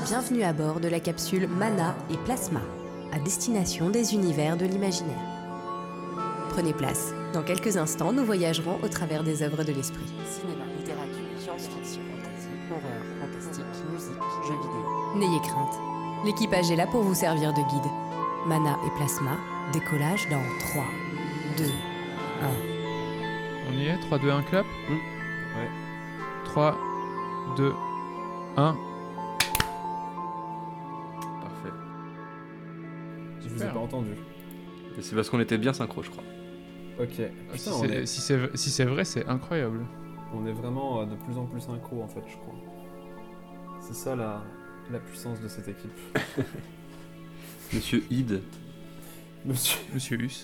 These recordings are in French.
Bienvenue à bord de la capsule Mana et Plasma, à destination des univers de l'imaginaire. Prenez place. Dans quelques instants, nous voyagerons au travers des œuvres de l'esprit. Cinéma, littérature, science-fiction, fantasy, horreur, fantastique, musique, jeux vidéo. N'ayez crainte. L'équipage est là pour vous servir de guide. Mana et Plasma, décollage dans 3, 2, 1. On y est 3, 2, 1, clap Ouais. 3, 2, 1. Parfait. Je vous ai Super. pas entendu. Et c'est parce qu'on était bien synchro, je crois. Ok. Ah, Putain, si c'est vrai, c'est incroyable. on est vraiment de plus en plus synchro en fait, je crois. C'est ça la puissance de cette équipe. Monsieur Id. Monsieur Hus.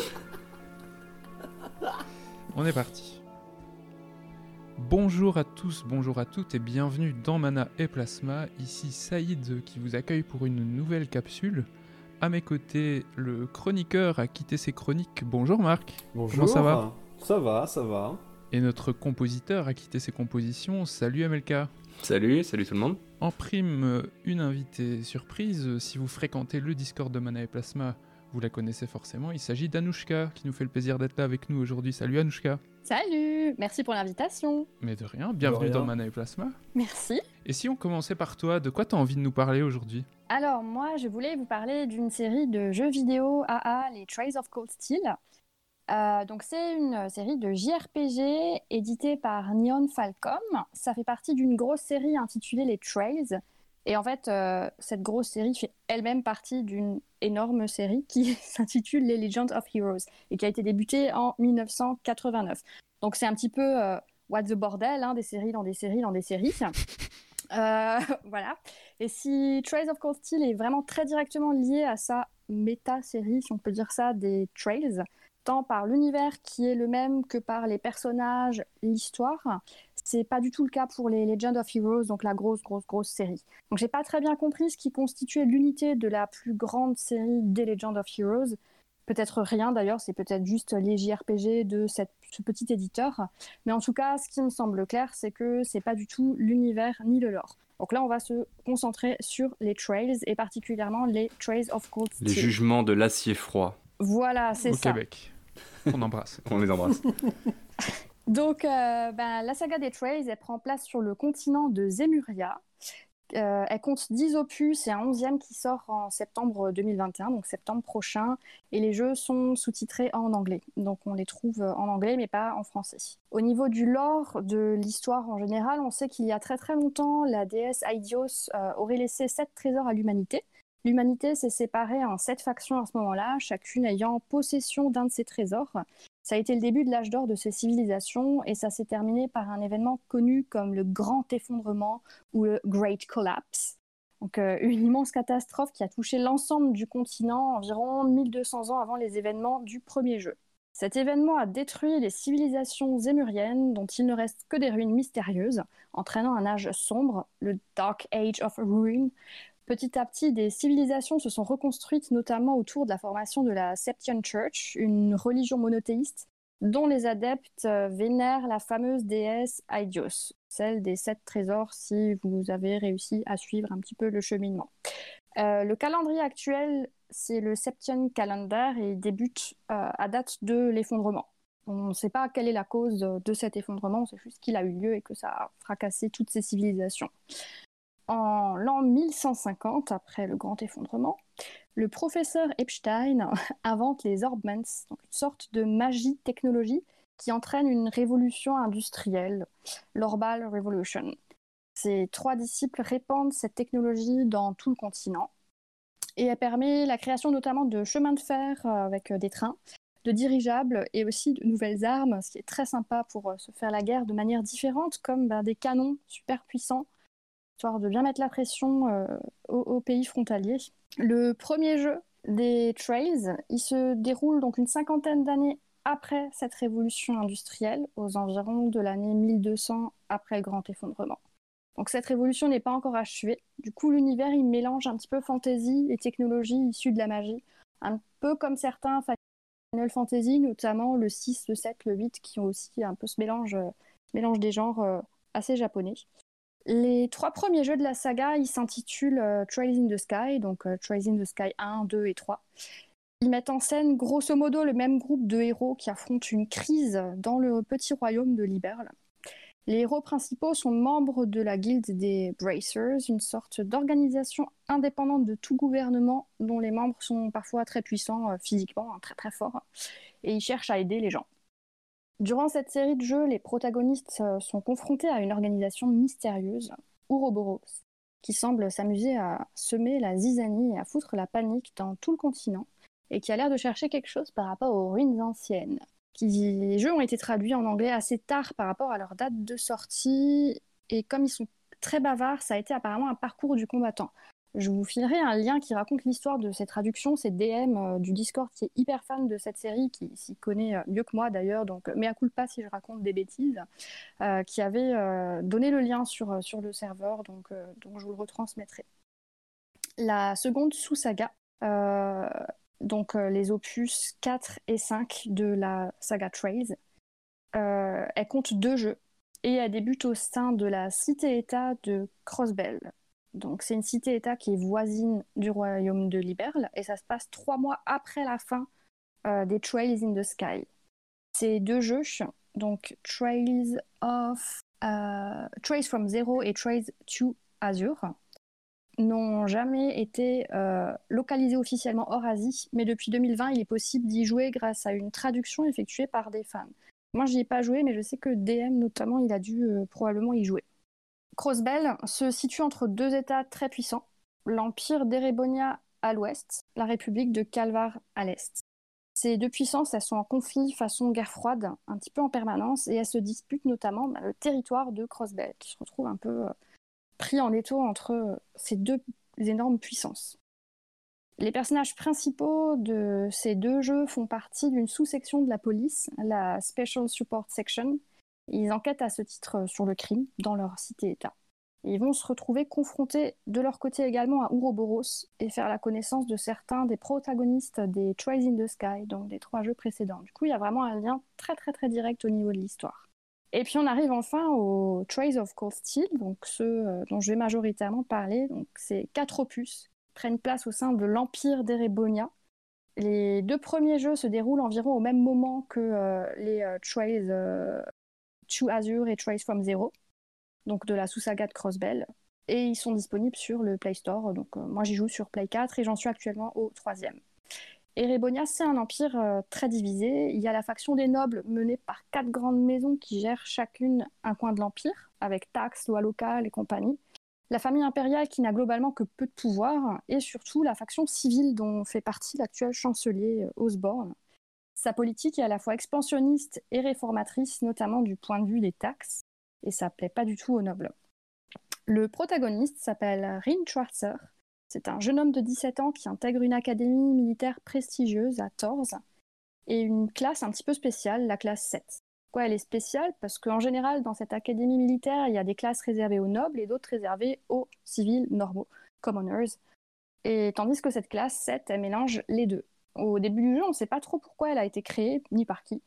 On est parti. Bonjour à tous, bonjour à toutes et bienvenue dans Mana et Plasma. Ici Saïd qui vous accueille pour une nouvelle capsule. À mes côtés, le chroniqueur a quitté ses chroniques. Bonjour Marc. Bonjour. Comment ça va ? Ça va. Et notre compositeur a quitté ses compositions. Salut MLK. Salut tout le monde. En prime, une invitée surprise. Si vous fréquentez le Discord de Mana et Plasma, vous la connaissez forcément. Il s'agit d'Anouchka qui nous fait le plaisir d'être là avec nous aujourd'hui. Salut Anouchka. Salut, merci pour l'invitation. Mais de rien, bienvenue rien. dans Mana et Plasma. Merci. Et si on commençait par toi, de quoi t'as envie de nous parler aujourd'hui ? Alors moi, je voulais vous parler d'une série de jeux vidéo AA, les Trails of Cold Steel. Donc c'est une série de JRPG éditée par Neon Falcom. Ça fait partie d'une grosse série intitulée les Trails. Et en fait, cette grosse série fait elle-même partie d'une énorme série qui s'intitule les Legends of Heroes et qui a été débutée en 1989. Donc c'est un petit peu what the bordel, hein, des séries dans des séries dans des séries. Voilà. Et si Trails of Cold Steel est vraiment très directement lié à sa méta-série, si on peut dire ça, des Trails, tant par l'univers qui est le même que par les personnages, l'histoire, c'est pas du tout le cas pour les Legends of Heroes, donc la grosse série. Donc j'ai pas très bien compris ce qui constituait l'unité de la plus grande série des Legends of Heroes. Peut-être rien d'ailleurs, c'est peut-être juste les JRPG de ce petit éditeur. Mais en tout cas, ce qui me semble clair, c'est que c'est pas du tout l'univers ni le lore. Donc là, on va se concentrer sur les Trails et particulièrement les Trails of Cold Steel. Les jugements de l'acier froid. Voilà, c'est Au ça. Québec. On embrasse. On les embrasse. Donc, la saga des Trails, elle prend place sur le continent de Zemuria. Elle compte 10 opus et un 11e qui sort en septembre 2021, donc septembre prochain. Et les jeux sont sous-titrés en anglais. Donc on les trouve en anglais, mais pas en français. Au niveau du lore, de l'histoire en général, on sait qu'il y a très très longtemps, la déesse Aidios aurait laissé 7 trésors à l'humanité. L'humanité s'est séparée en 7 factions à ce moment-là, chacune ayant possession d'un de ces trésors. Ça a été le début de l'âge d'or de ces civilisations et ça s'est terminé par un événement connu comme le Grand Effondrement ou le Great Collapse. Donc une immense catastrophe qui a touché l'ensemble du continent environ 1200 ans avant les événements du premier jeu. Cet événement a détruit les civilisations zémuriennes dont il ne reste que des ruines mystérieuses, entraînant un âge sombre, le Dark Age of Ruin. Petit à petit, des civilisations se sont reconstruites, notamment autour de la formation de la Septian Church, une religion monothéiste dont les adeptes vénèrent la fameuse déesse Aidios, celle des 7 trésors si vous avez réussi à suivre un petit peu le cheminement. Le calendrier actuel, c'est le Septian Calendar et il débute à date de l'effondrement. On ne sait pas quelle est la cause de cet effondrement, c'est juste qu'il a eu lieu et que ça a fracassé toutes ces civilisations. En l'an 1150, après le grand effondrement, le professeur Epstein invente les Orbments, donc une sorte de magie-technologie qui entraîne une révolution industrielle, l'Orbal Revolution. Ces 3 disciples répandent cette technologie dans tout le continent et elle permet la création notamment de chemins de fer avec des trains, de dirigeables et aussi de nouvelles armes, ce qui est très sympa pour se faire la guerre de manière différente, comme des canons super puissants, histoire de bien mettre la pression aux pays frontaliers. Le premier jeu des Trails, il se déroule donc une 50aine d'années après cette révolution industrielle, aux environs de l'année 1200 après le grand effondrement. Donc cette révolution n'est pas encore achevée. Du coup, l'univers, il mélange un petit peu fantasy et technologie issue de la magie, un peu comme certains Final Fantasy, notamment le 6, le 7, le 8, qui ont aussi un peu ce mélange des genres assez japonais. Les 3 premiers jeux de la saga, ils s'intitulent Trails in the Sky, donc Trails in the Sky 1, 2 et 3. Ils mettent en scène grosso modo le même groupe de héros qui affrontent une crise dans le petit royaume de Liberl. Les héros principaux sont membres de la guilde des Bracers, une sorte d'organisation indépendante de tout gouvernement dont les membres sont parfois très puissants physiquement, très très forts, et ils cherchent à aider les gens. Durant cette série de jeux, les protagonistes sont confrontés à une organisation mystérieuse, Ouroboros, qui semble s'amuser à semer la zizanie et à foutre la panique dans tout le continent, et qui a l'air de chercher quelque chose par rapport aux ruines anciennes. Les jeux ont été traduits en anglais assez tard par rapport à leur date de sortie, et comme ils sont très bavards, ça a été apparemment un parcours du combattant. Je vous filerai un lien qui raconte l'histoire de ces traductions, c'est DM du Discord qui est hyper fan de cette série, qui s'y connaît mieux que moi d'ailleurs, donc mea culpa si je raconte des bêtises, qui avait donné le lien sur le serveur, donc je vous le retransmettrai. La seconde sous-saga, donc les opus 4 et 5 de la saga Trails. Elle compte 2 jeux et elle débute au sein de la cité-état de Crossbell. Donc c'est une cité-état qui est voisine du royaume de Liberl et ça se passe 3 mois après la fin des Trails in the Sky. Ces 2 jeux, donc Trails from Zero et Trails to Azure, n'ont jamais été localisés officiellement hors Asie, mais depuis 2020, il est possible d'y jouer grâce à une traduction effectuée par des fans. Moi, je n'y ai pas joué, mais je sais que DM, notamment, il a dû probablement y jouer. Crossbell se situe entre 2 États très puissants, l'Empire d'Erebonia à l'ouest, la République de Kalvar à l'est. Ces 2 puissances, elles sont en conflit façon guerre froide, un petit peu en permanence, et elles se disputent notamment le territoire de Crossbell, qui se retrouve un peu pris en étau entre ces 2 énormes puissances. Les personnages principaux de ces 2 jeux font partie d'une sous-section de la police, la Special Support Section. Ils enquêtent à ce titre sur le crime dans leur cité-état. Ils vont se retrouver confrontés de leur côté également à Ouroboros et faire la connaissance de certains des protagonistes des Trails in the Sky, donc des 3 jeux précédents. Du coup, il y a vraiment un lien très très très direct au niveau de l'histoire. Et puis on arrive enfin aux Trails of Cold Steel, donc ceux dont je vais majoritairement parler. Donc ces 4 opus prennent place au sein de l'Empire d'Erebonia. Les 2 premiers jeux se déroulent environ au même moment que les Trails to Azure et Trails from Zero, donc de la sous-saga de Crossbell. Et ils sont disponibles sur le Play Store. Donc moi j'y joue sur Play 4 et j'en suis actuellement au 3e. Erebonia, c'est un empire très divisé. Il y a la faction des nobles menée par 4 grandes maisons qui gèrent chacune un coin de l'empire, avec taxes, lois locales et compagnie. La famille impériale qui n'a globalement que peu de pouvoir, et surtout la faction civile dont fait partie l'actuel chancelier Osborne. Sa politique est à la fois expansionniste et réformatrice, notamment du point de vue des taxes, et ça plaît pas du tout aux nobles. Le protagoniste s'appelle Rin Schwarzer. C'est un jeune homme de 17 ans qui intègre une académie militaire prestigieuse à Torz et une classe un petit peu spéciale, la classe 7. Pourquoi elle est spéciale ? Parce qu'en général, dans cette académie militaire, il y a des classes réservées aux nobles et d'autres réservées aux civils normaux, commoners. Et tandis que cette classe 7, elle mélange les 2. Au début du jeu, on ne sait pas trop pourquoi elle a été créée, ni par qui.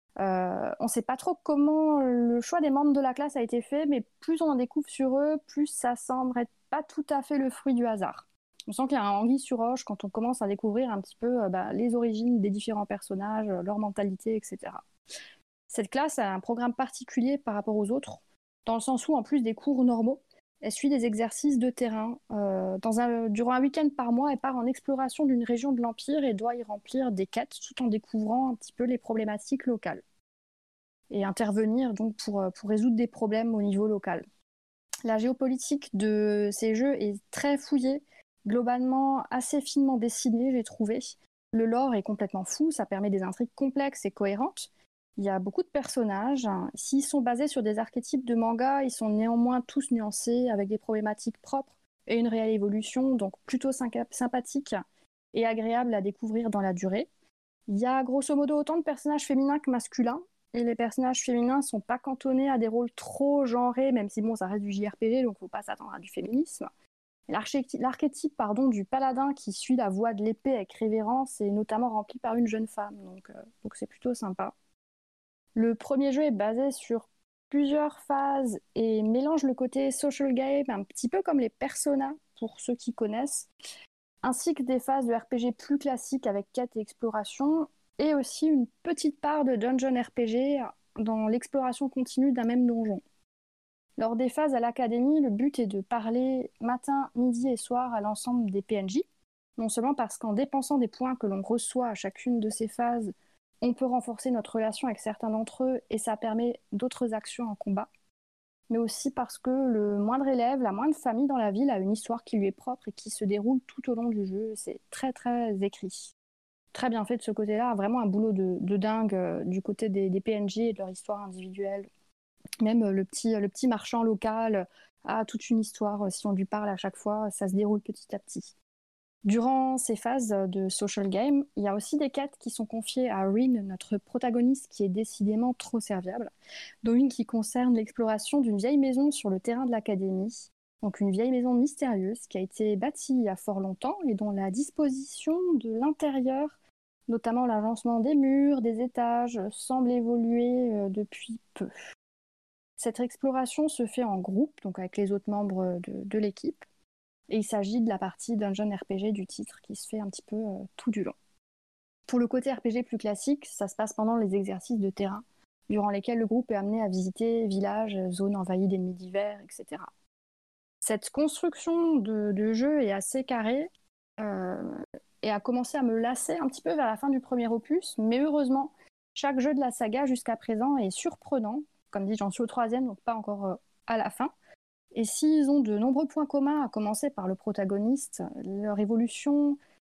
On ne sait pas trop comment le choix des membres de la classe a été fait, mais plus on en découvre sur eux, plus ça semble être pas tout à fait le fruit du hasard. On sent qu'il y a un anguille sur roche quand on commence à découvrir un petit peu les origines des différents personnages, leur mentalité, etc. Cette classe a un programme particulier par rapport aux autres, dans le sens où, en plus des cours normaux, elle suit des exercices de terrain. Durant un week-end par mois, elle part en exploration d'une région de l'Empire et doit y remplir des quêtes tout en découvrant un petit peu les problématiques locales. Et intervenir donc pour résoudre des problèmes au niveau local. La géopolitique de ces jeux est très fouillée, globalement assez finement dessinée, j'ai trouvé. Le lore est complètement fou, ça permet des intrigues complexes et cohérentes. Il y a beaucoup de personnages. S'ils sont basés sur des archétypes de manga, ils sont néanmoins tous nuancés, avec des problématiques propres et une réelle évolution, donc plutôt sympathique et agréable à découvrir dans la durée. Il y a grosso modo autant de personnages féminins que masculins, et les personnages féminins ne sont pas cantonnés à des rôles trop genrés, même si bon, ça reste du JRPG, donc il ne faut pas s'attendre à du féminisme. L'archétype du paladin qui suit la voie de l'épée avec révérence est notamment rempli par une jeune femme, donc c'est plutôt sympa. Le premier jeu est basé sur plusieurs phases et mélange le côté social game, un petit peu comme les Persona, pour ceux qui connaissent, ainsi que des phases de RPG plus classiques avec quête et exploration, et aussi une petite part de dungeon RPG dans l'exploration continue d'un même donjon. Lors des phases à l'académie, le but est de parler matin, midi et soir à l'ensemble des PNJ, non seulement parce qu'en dépensant des points que l'on reçoit à chacune de ces phases, on peut renforcer notre relation avec certains d'entre eux et ça permet d'autres actions en combat, mais aussi parce que le moindre élève, la moindre famille dans la ville a une histoire qui lui est propre et qui se déroule tout au long du jeu. C'est très très écrit. Très bien fait de ce côté-là, vraiment un boulot de dingue du côté des PNJ et de leur histoire individuelle. Même le petit marchand local a toute une histoire, si on lui parle à chaque fois, ça se déroule petit à petit. Durant ces phases de social game, il y a aussi des quêtes qui sont confiées à Rin, notre protagoniste qui est décidément trop serviable, dont une qui concerne l'exploration d'une vieille maison sur le terrain de l'académie, donc une vieille maison mystérieuse qui a été bâtie il y a fort longtemps et dont la disposition de l'intérieur, notamment l'agencement des murs, des étages, semble évoluer depuis peu. Cette exploration se fait en groupe, donc avec les autres membres de l'équipe. Et il s'agit de la partie Dungeon RPG du titre qui se fait un petit peu tout du long. Pour le côté RPG plus classique, ça se passe pendant les exercices de terrain, durant lesquels le groupe est amené à visiter villages, zones envahies d'ennemis divers, etc. Cette construction de jeu est assez carrée et a commencé à me lasser un petit peu vers la fin du premier opus, mais heureusement, chaque jeu de la saga jusqu'à présent est surprenant. Comme dit, j'en suis au 3e, donc pas encore à la fin. Et s'ils ont de nombreux points communs, à commencer par le protagoniste, leur évolution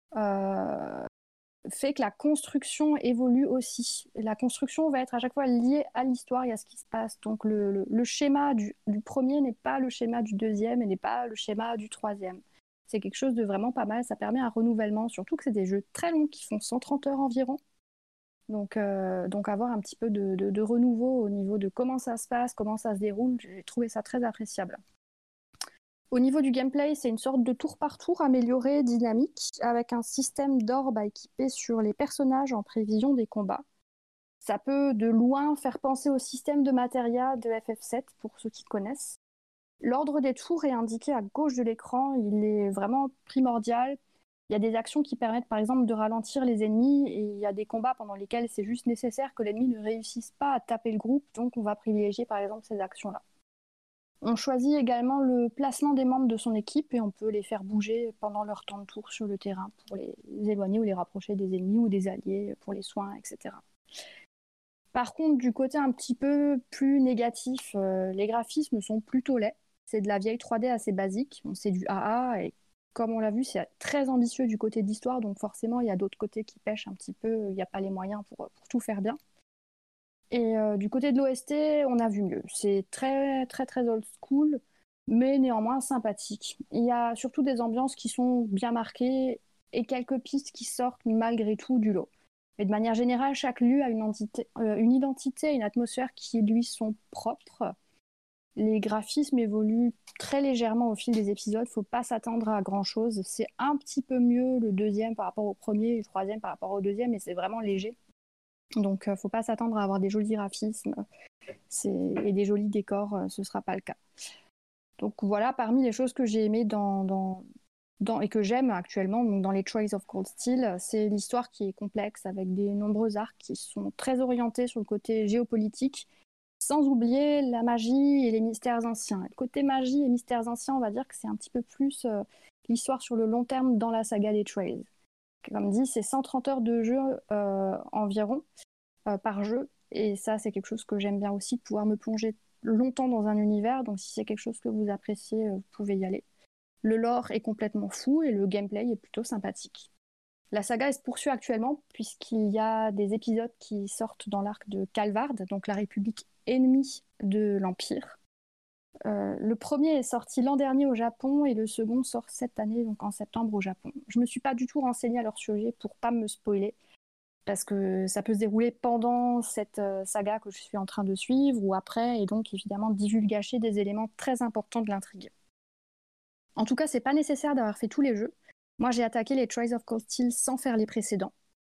fait que la construction évolue aussi. Et la construction va être à chaque fois liée à l'histoire et à ce qui se passe. Donc le schéma du premier n'est pas le schéma du deuxième et n'est pas le schéma du troisième. C'est quelque chose de vraiment pas mal, ça permet un renouvellement, surtout que c'est des jeux très longs qui font 130 heures environ. Donc avoir un petit peu de renouveau au niveau de comment ça se passe, comment ça se déroule, j'ai trouvé ça très appréciable. Au niveau du gameplay, c'est une sorte de tour par tour amélioré, dynamique, avec un système d'orbes à équiper sur les personnages en prévision des combats. Ça peut de loin faire penser au système de Materia de FF7, pour ceux qui connaissent. L'ordre des tours est indiqué à gauche de l'écran, il est vraiment primordial. Il y a des actions qui permettent par exemple de ralentir les ennemis et il y a des combats pendant lesquels c'est juste nécessaire que l'ennemi ne réussisse pas à taper le groupe, donc on va privilégier par exemple ces actions-là. On choisit également le placement des membres de son équipe et on peut les faire bouger pendant leur temps de tour sur le terrain pour les éloigner ou les rapprocher des ennemis ou des alliés, pour les soins, etc. Par contre, du côté un petit peu plus négatif, les graphismes sont plutôt laids. C'est de la vieille 3D assez basique, c'est du AA et comme on l'a vu, c'est très ambitieux du côté de l'histoire, donc forcément, il y a d'autres côtés qui pêchent un petit peu, il n'y a pas les moyens pour tout faire bien. Et du côté de l'OST, on a vu mieux. C'est très, très, très old school, mais néanmoins sympathique. Il y a surtout des ambiances qui sont bien marquées et quelques pistes qui sortent malgré tout du lot. Mais de manière générale, chaque lieu a une identité, une atmosphère qui lui sont propres. Les graphismes évoluent très légèrement au fil des épisodes, faut pas s'attendre à grand chose. C'est un petit peu mieux le deuxième par rapport au premier, et le troisième par rapport au deuxième, mais c'est vraiment léger. Donc faut pas s'attendre à avoir des jolis graphismes et des jolis décors, ce sera pas le cas. Donc voilà, parmi les choses que j'ai aimées et que j'aime actuellement, donc dans les Trails of Cold Steel, c'est l'histoire qui est complexe avec des nombreux arcs qui sont très orientés sur le côté géopolitique, sans oublier la magie et les mystères anciens. Le côté magie et mystères anciens, on va dire que c'est un petit peu plus l'histoire sur le long terme dans la saga des Trails. Comme dit, c'est 130 heures de jeu environ par jeu, et ça c'est quelque chose que j'aime bien aussi, de pouvoir me plonger longtemps dans un univers, donc si c'est quelque chose que vous appréciez, vous pouvez y aller. Le lore est complètement fou et le gameplay est plutôt sympathique. La saga se poursuit actuellement puisqu'il y a des épisodes qui sortent dans l'arc de Calvard, donc la République ennemie de l'Empire. Le premier est sorti l'an dernier au Japon et le second sort cette année, donc en septembre au Japon. Je ne me suis pas du tout renseignée à leur sujet pour ne pas me spoiler, parce que ça peut se dérouler pendant cette saga que je suis en train de suivre ou après, et donc évidemment divulgacher des éléments très importants de l'intrigue. En tout cas, c'est pas nécessaire d'avoir fait tous les jeux. Moi, j'ai attaqué les Trials of Cold Steel sans faire les précédents.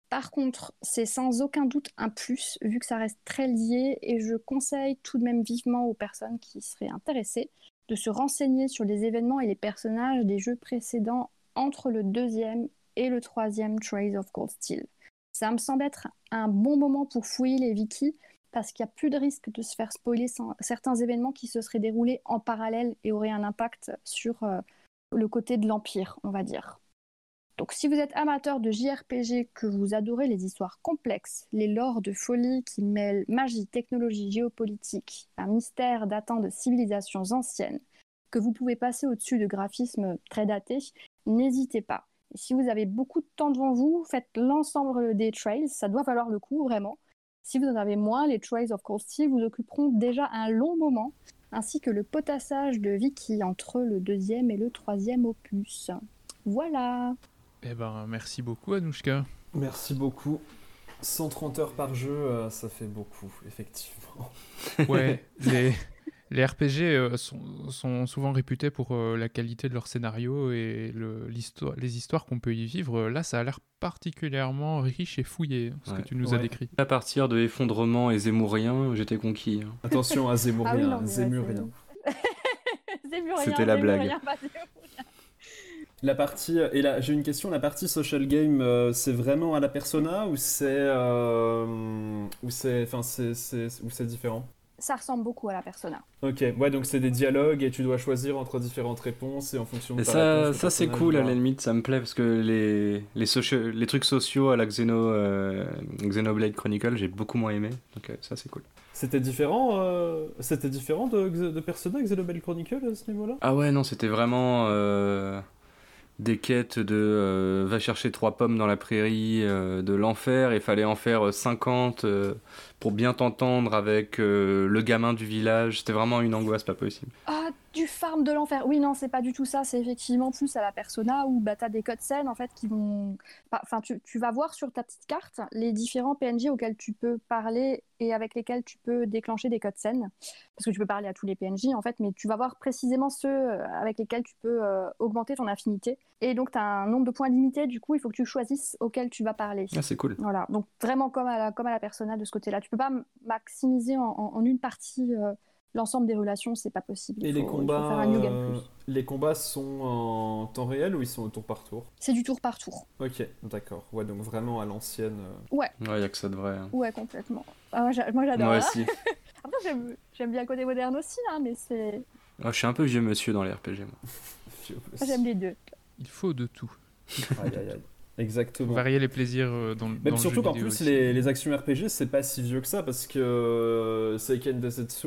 Par contre, c'est sans aucun doute un plus, vu que ça reste très lié, et je conseille tout de même vivement aux personnes qui seraient intéressées de se renseigner sur les événements et les personnages des jeux précédents entre le 2e et le 3e Trails of Cold Steel. Ça me semble être un bon moment pour fouiller les wikis, parce qu'il n'y a plus de risque de se faire spoiler certains événements qui se seraient déroulés en parallèle et auraient un impact sur le côté de l'Empire, on va dire. Donc si vous êtes amateur de JRPG, que vous adorez les histoires complexes, les lores de folie qui mêlent magie, technologie, géopolitique, un mystère datant de civilisations anciennes, que vous pouvez passer au-dessus de graphismes très datés, n'hésitez pas. Et si vous avez beaucoup de temps devant vous, faites l'ensemble des Trails, ça doit valoir le coup vraiment. Si vous en avez moins, les Trails of Cold Steel vous occuperont déjà un long moment, ainsi que le potassage de wiki entre le 2e et le 3e opus. Voilà. Eh ben, merci beaucoup, Anouchka. Merci beaucoup. 130 heures par jeu, ça fait beaucoup, effectivement. Ouais, les RPG sont souvent réputés pour la qualité de leur scénario et les histoires qu'on peut y vivre. Là, ça a l'air particulièrement riche et fouillé, ce que tu nous as décrit. À partir de Effondrement et Zémourien, j'étais conquis. Attention à Zémourien, Ah oui, non, mais Zémurien. Zémurien, C'était la blague. Zémurien, pas Zémurien. La partie, et là j'ai une question, la partie social game, c'est vraiment à la persona ou c'est différent? Ça ressemble beaucoup à la persona. Ok, ouais, donc c'est des dialogues et tu dois choisir entre différentes réponses et en fonction de Et ta réponse, ça c'est cool à la limite, ça me plaît parce que les trucs sociaux à la Xenoblade Chronicle, j'ai beaucoup moins aimé, donc ça c'est cool. C'était différent de Persona Xenoblade Chronicle à ce niveau-là? Ah ouais, non, c'était vraiment des quêtes de va chercher 3 pommes dans la prairie de l'enfer, et fallait en faire 50 pour bien t'entendre avec le gamin du village. C'était vraiment une angoisse pas possible. Ah, du farm de l'enfer. Oui, non, c'est pas du tout ça. C'est effectivement plus à la persona où bah, t'as des cutscenes en fait qui vont. Enfin, tu vas voir sur ta petite carte les différents PNJ auxquels tu peux parler et avec lesquels tu peux déclencher des cutscenes. Parce que tu peux parler à tous les PNJ en fait, mais tu vas voir précisément ceux avec lesquels tu peux augmenter ton affinité. Et donc, t'as un nombre de points limité. Du coup, il faut que tu choisisses auquel tu vas parler. Ah, c'est cool. Voilà. Donc, vraiment comme à la persona de ce côté-là. Tu peux pas maximiser en une partie. L'ensemble des relations, c'est pas possible. Et il faut faire un New Game Plus. Les combats sont en temps réel ou ils sont au tour par tour? C'est du tour par tour. Ok, d'accord. Ouais, donc vraiment à l'ancienne. Ouais. Ouais, y a que ça de vrai. Hein. Ouais, complètement. Ah, moi, j'adore. Moi Hein. aussi. Après, j'aime bien le côté moderne aussi, hein, mais c'est. Ah, je suis un peu vieux monsieur dans les RPG, moi. Moi, j'aime les deux. Il faut de tout. Aïe, aïe, aïe. Exactement. Varier les plaisirs dans Même le surtout jeu qu'en vidéo plus, aussi. les actions RPG, c'est pas si vieux que ça, parce que Seiken Densetsu,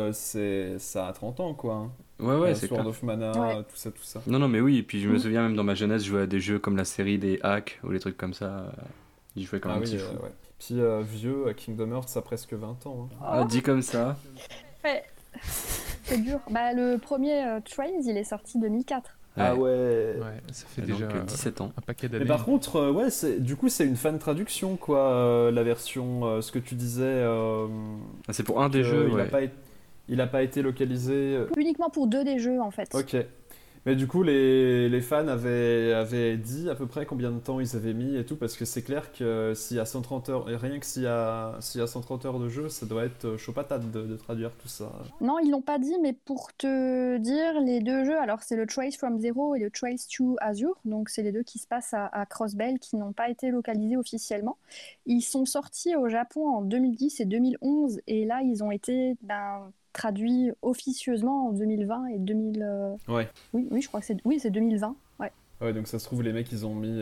ça a 30 ans, quoi. Hein. Ouais, c'est Sword clair. of Mana, Ouais. tout ça. Non, mais oui, et puis je me souviens même dans ma jeunesse, je jouais à des jeux comme la série des Hacks ou les trucs comme ça. J'y jouais comme un petit fou. ouais. Puis vieux, Kingdom Hearts, ça a presque 20 ans. Hein. Ah, dit comme ça. Ouais. C'est dur. Bah, le premier Trails, il est sorti 2004. Ah ouais. Ouais, ça fait Et déjà donc 17 ans. un paquet Mais d'années. par contre, ouais, du coup, c'est une fan traduction, quoi, la version, ce que tu disais. Ah, c'est pour un des jeux, ouais. Il a pas été localisé. Uniquement pour 2 des jeux, en fait. Ok. Mais du coup, les fans avaient dit à peu près combien de temps ils avaient mis et tout, parce que c'est clair que s'il y a 130 heures, et rien que s'il y a 130 heures de jeu, ça doit être chaud patate de traduire tout ça. Non, ils l'ont pas dit, mais pour te dire, les 2 jeux, alors c'est le Trails from Zero et le Trails to Azure, donc c'est les 2 qui se passent à Crossbell, qui n'ont pas été localisés officiellement. Ils sont sortis au Japon en 2010 et 2011, et là, ils ont été traduits officieusement en 2020 et 2000... Ouais. Oui, je crois que c'est 2020, ouais. Ouais, donc ça se trouve, les mecs, ils ont mis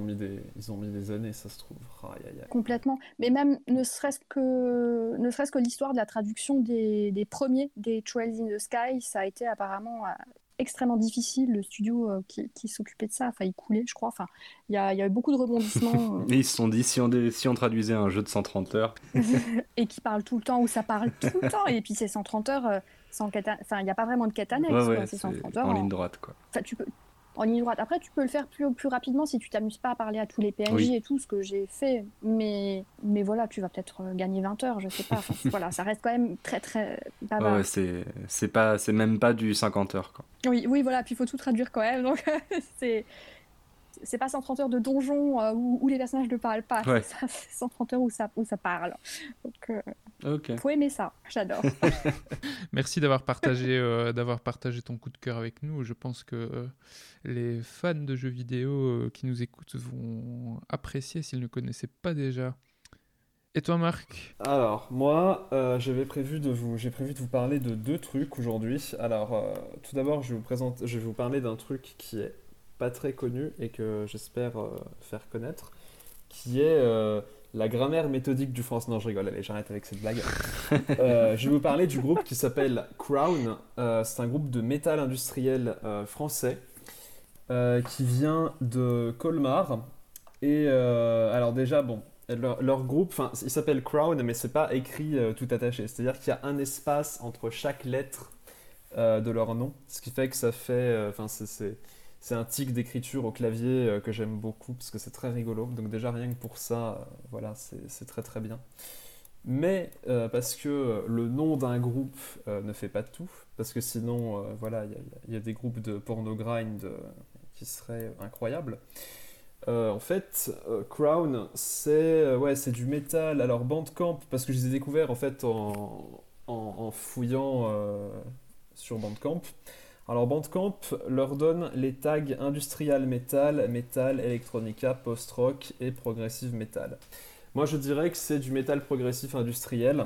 des années, ça se trouve. Aïe, aïe, aïe. Complètement. Mais même ne serait-ce que l'histoire de la traduction des premiers, des Trails in the Sky, ça a été apparemment extrêmement difficile. Le studio qui s'occupait de ça a failli couler, je crois. Enfin, il y a eu beaucoup de rebondissements. Et ils se sont dit, si on traduisait un jeu de 130 heures... Et qui parle tout le temps, ou ça parle tout le temps. Et puis c'est 130 heures sans quête... Enfin, il n'y a pas vraiment de quête annexe. Ouais, quoi. C'est 130 heures en ligne droite, quoi. Enfin, tu peux... En ligne droite. Après, tu peux le faire plus rapidement si tu t'amuses pas à parler à tous les PNJ et tout, ce que j'ai fait. Mais voilà, tu vas peut-être gagner 20 heures, je sais pas. Enfin, voilà, ça reste quand même très, très bavard. Ouais, c'est même pas du 50 heures, quoi. Oui, voilà, puis il faut tout traduire quand même. Donc, c'est c'est pas 130 heures de donjon où les personnages ne parlent pas. Ouais. C'est 130 heures où ça parle. Donc, Ok. faut aimer ça. J'adore. Merci d'avoir partagé ton coup de cœur avec nous. Je pense que les fans de jeux vidéo qui nous écoutent vont apprécier s'ils ne connaissaient pas déjà. Et toi, Marc? Alors, moi, j'ai prévu de vous parler de deux trucs aujourd'hui. Alors, tout d'abord, je vais vous parler d'un truc qui est pas très connu et que j'espère faire connaître, qui est la grammaire méthodique du français. Non, je rigole, allez, j'arrête avec cette blague. Je vais vous parler du groupe qui s'appelle Crown. C'est un groupe de métal industriel français qui vient de Colmar. Et alors déjà, bon, leur groupe, il s'appelle Crown, mais c'est pas écrit tout attaché. C'est-à-dire qu'il y a un espace entre chaque lettre de leur nom, ce qui fait que ça fait, c'est un tic d'écriture au clavier que j'aime beaucoup parce que c'est très rigolo. Donc déjà rien que pour ça, voilà, c'est très très bien. Mais parce que le nom d'un groupe ne fait pas tout, parce que sinon, voilà, il y a des groupes de porno grind qui seraient incroyables. En fait, Crown, c'est du métal. Alors Bandcamp, parce que je les ai découverts en fait en fouillant sur Bandcamp. Alors Bandcamp leur donne les tags industrial metal, metal, electronica, post-rock et progressive metal. Moi je dirais que c'est du métal progressif industriel.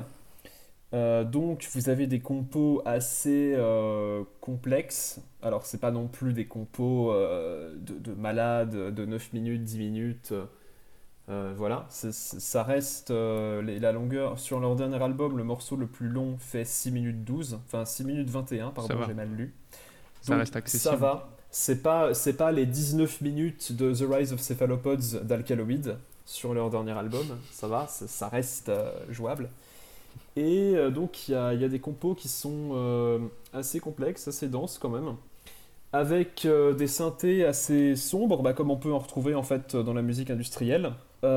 Donc vous avez des compos assez complexes. Alors c'est pas non plus des compos de malades de 9 minutes, 10 minutes. Voilà, ça reste la longueur. Sur leur dernier album, le morceau le plus long fait 6 minutes 12. Enfin 6 minutes 21, pardon, j'ai mal lu. Ça Donc, reste accessible. ça va. C'est pas les 19 minutes de The Rise of Cephalopods d'Alkaloid sur leur dernier album. Ça va, ça reste jouable. Et donc il y a des compos qui sont assez complexes, assez denses quand même, avec des synthés assez sombres, comme on peut en retrouver en fait dans la musique industrielle.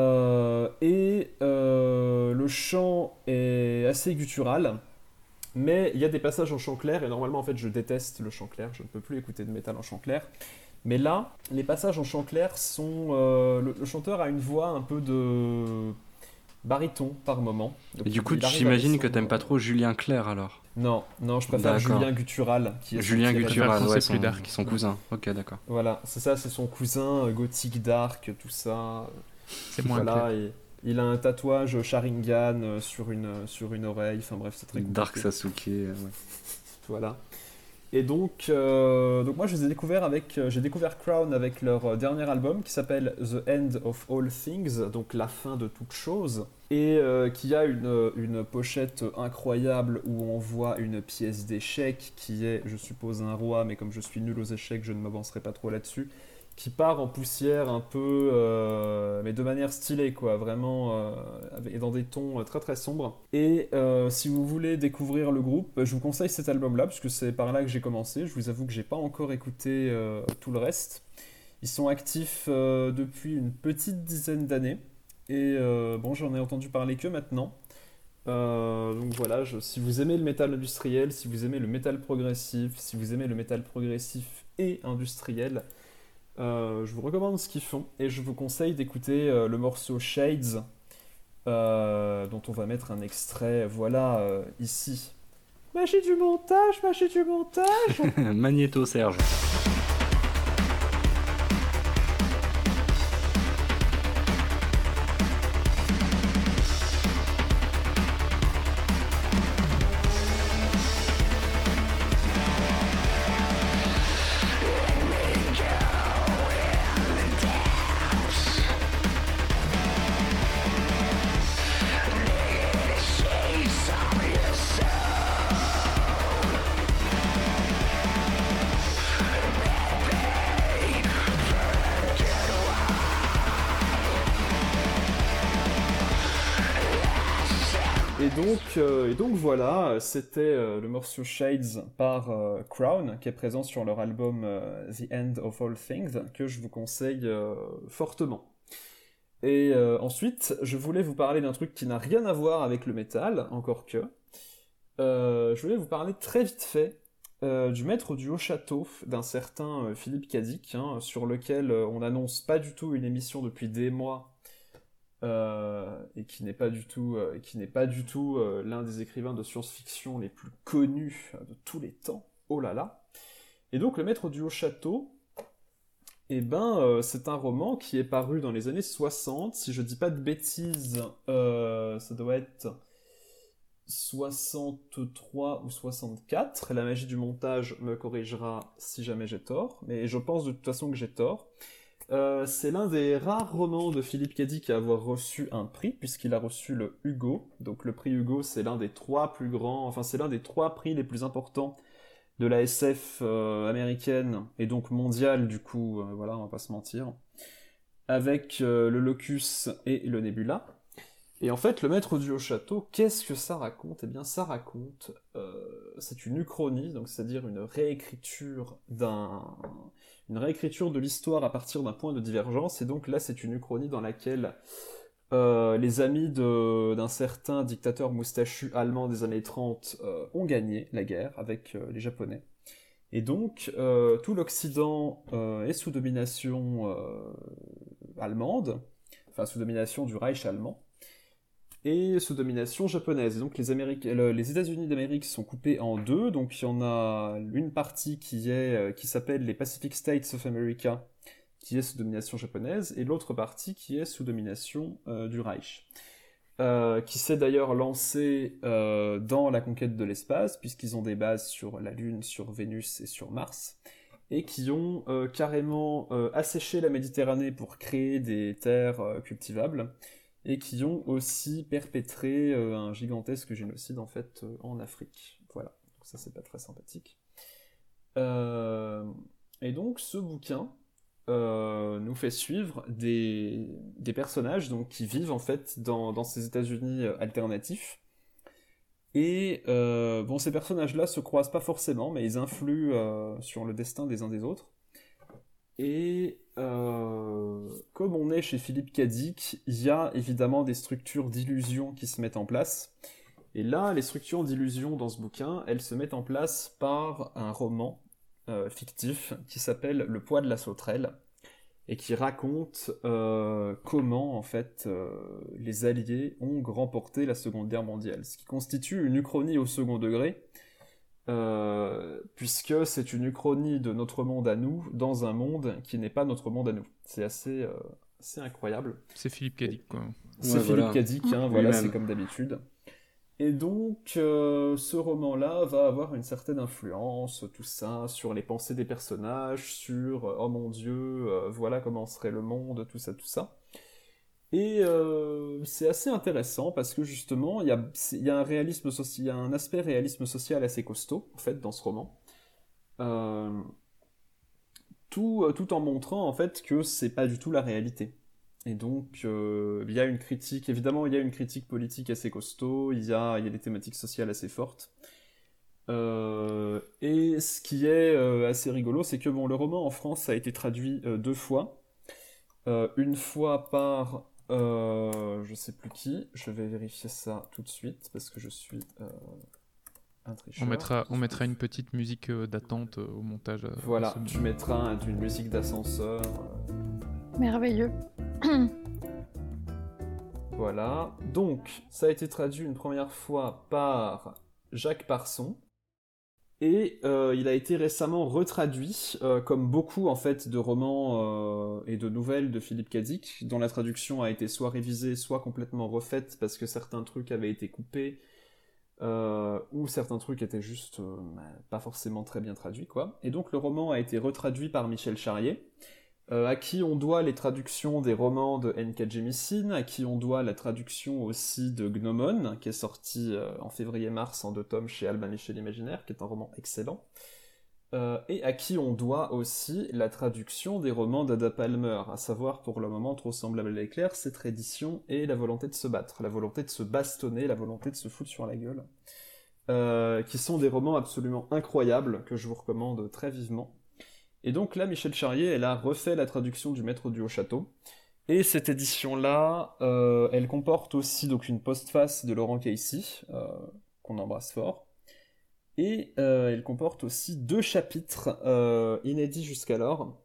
Et le chant est assez guttural, mais il y a des passages en chant clair, et normalement en fait je déteste le chant clair, je ne peux plus écouter de métal en chant clair. Mais là, les passages en chant clair sont... le chanteur a une voix un peu de... baryton par moment. Donc, et du coup, j'imagine que t'aimes pas trop Julien Clerc alors. Non, je préfère Julien Guttural. Julien Guttural, ouais, plus dark. Son cousin. Ok, d'accord. Voilà, c'est ça, c'est son cousin, gothique dark, tout ça. C'est moins voilà, il a un tatouage Sharingan sur une oreille, enfin bref, c'est très compliqué. Dark Sasuke, ouais. Voilà. Et donc moi je les ai découverts j'ai découvert Crown avec leur dernier album qui s'appelle The End of All Things, donc la fin de toute chose, et qui a une pochette incroyable où on voit une pièce d'échecs qui est, je suppose, un roi, mais comme je suis nul aux échecs, je ne m'avancerai pas trop là-dessus, qui part en poussière un peu, mais de manière stylée, quoi, vraiment, et dans des tons très très sombres. Et si vous voulez découvrir le groupe, je vous conseille cet album-là, puisque c'est par là que j'ai commencé. Je vous avoue que j'ai pas encore écouté tout le reste. Ils sont actifs depuis une petite dizaine d'années, et bon, j'en ai entendu parler que maintenant. Donc voilà, si vous aimez le métal industriel, si vous aimez le métal progressif, si vous aimez le métal progressif et industriel, je vous recommande ce qu'ils font et je vous conseille d'écouter le morceau Shades dont on va mettre un extrait, voilà, ici. Magie du montage. Magnéto Serge. Et donc voilà, c'était le morceau Shades par Crown, qui est présent sur leur album The End of All Things, que je vous conseille fortement. Et ensuite, je voulais vous parler d'un truc qui n'a rien à voir avec le métal, encore que. Je voulais vous parler très vite fait du Maître du Haut-Château d'un certain Philippe Cadic, hein, sur lequel on n'annonce pas du tout une émission depuis des mois, et qui n'est pas du tout, l'un des écrivains de science-fiction les plus connus de tous les temps. Oh là là. Et donc le Maître du Haut-Château, c'est un roman qui est paru dans les années 60, si je dis pas de bêtises, ça doit être 63 ou 64, la magie du montage me corrigera si jamais j'ai tort, mais je pense de toute façon que j'ai tort. C'est l'un des rares romans de Philippe Cadic à avoir reçu un prix, puisqu'il a reçu le Hugo. Donc le prix Hugo, c'est l'un des trois prix les plus importants de la SF américaine, et donc mondiale du coup, voilà, on va pas se mentir, avec le Locus et le Nebula. Et en fait, le Maître du Haut-Château, qu'est-ce que ça raconte ? Eh bien, ça raconte, c'est une uchronie, donc c'est-à-dire une réécriture de l'histoire à partir d'un point de divergence, et donc là, c'est une uchronie dans laquelle les amis d'un certain dictateur moustachu allemand des années 30 ont gagné la guerre avec les Japonais. Et donc, tout l'Occident est sous domination allemande, enfin sous domination du Reich allemand, et sous domination japonaise. Et donc les États-Unis d'Amérique sont coupés en deux, donc il y en a une partie qui s'appelle les Pacific States of America, qui est sous domination japonaise, et l'autre partie qui est sous domination du Reich, qui s'est d'ailleurs lancé dans la conquête de l'espace, puisqu'ils ont des bases sur la Lune, sur Vénus et sur Mars, et qui ont carrément asséché la Méditerranée pour créer des terres cultivables, et qui ont aussi perpétré un gigantesque génocide en fait en Afrique. Voilà, donc ça c'est pas très sympathique. Et donc ce bouquin nous fait suivre des personnages donc, qui vivent en fait dans ces États-Unis alternatifs. Et ces personnages-là se croisent pas forcément, mais ils influent sur le destin des uns des autres. Et comme on est chez Philippe Cadic, il y a évidemment des structures d'illusion qui se mettent en place. Et là, les structures d'illusion dans ce bouquin, elles se mettent en place par un roman fictif qui s'appelle Le poids de la sauterelle et qui raconte comment en fait les Alliés ont remporté la Seconde Guerre mondiale, ce qui constitue une uchronie au second degré, puisque c'est une uchronie de notre monde à nous dans un monde qui n'est pas notre monde à nous. C'est assez incroyable. C'est Philippe Cadic, quoi. C'est Philippe Cadic, hein, voilà, c'est comme d'habitude. Et donc, ce roman-là va avoir une certaine influence, tout ça, sur les pensées des personnages, sur « Oh mon Dieu, voilà comment serait le monde », tout ça, tout ça. Et c'est assez intéressant parce que justement, il y a un aspect réalisme social assez costaud, en fait, dans ce roman. Tout en montrant, en fait, que c'est pas du tout la réalité. Et donc, il y a une critique, évidemment, il y a une critique politique assez costaud, il y a des thématiques sociales assez fortes. Et ce qui est assez rigolo, c'est que le roman en France a été traduit 2 fois. Une fois par je sais plus qui, je vais vérifier ça tout de suite parce que je suis un tricheur. On mettra une petite musique d'attente au montage. Voilà, tu mettras une musique d'ascenseur. Merveilleux. Voilà, donc ça a été traduit une première fois par Jacques Parson et il a été récemment retraduit comme beaucoup en fait de romans et de nouvelles de Philippe Cadic, dont la traduction a été soit révisée, soit complètement refaite parce que certains trucs avaient été coupés ou certains trucs étaient juste pas forcément très bien traduits, quoi. Et donc le roman a été retraduit par Michel Charrier, à qui on doit les traductions des romans de N.K. Jemisin, à qui on doit la traduction aussi de Gnomon, qui est sorti en février-mars en 2 tomes chez Albin chez l'Imaginaire, qui est un roman excellent, et à qui on doit aussi la traduction des romans d'Ada Palmer, à savoir pour le moment Trop semblable à l'éclair, cette reddition et La volonté de se battre, la volonté de se bastonner, la volonté de se foutre sur la gueule, qui sont des romans absolument incroyables, que je vous recommande très vivement. Et donc là, Michel Charrier, elle a refait la traduction du Maître du Haut-Château. Et cette édition-là, elle comporte aussi donc une postface de Laurent Casey, qu'on embrasse fort. Et elle comporte aussi 2 chapitres inédits jusqu'alors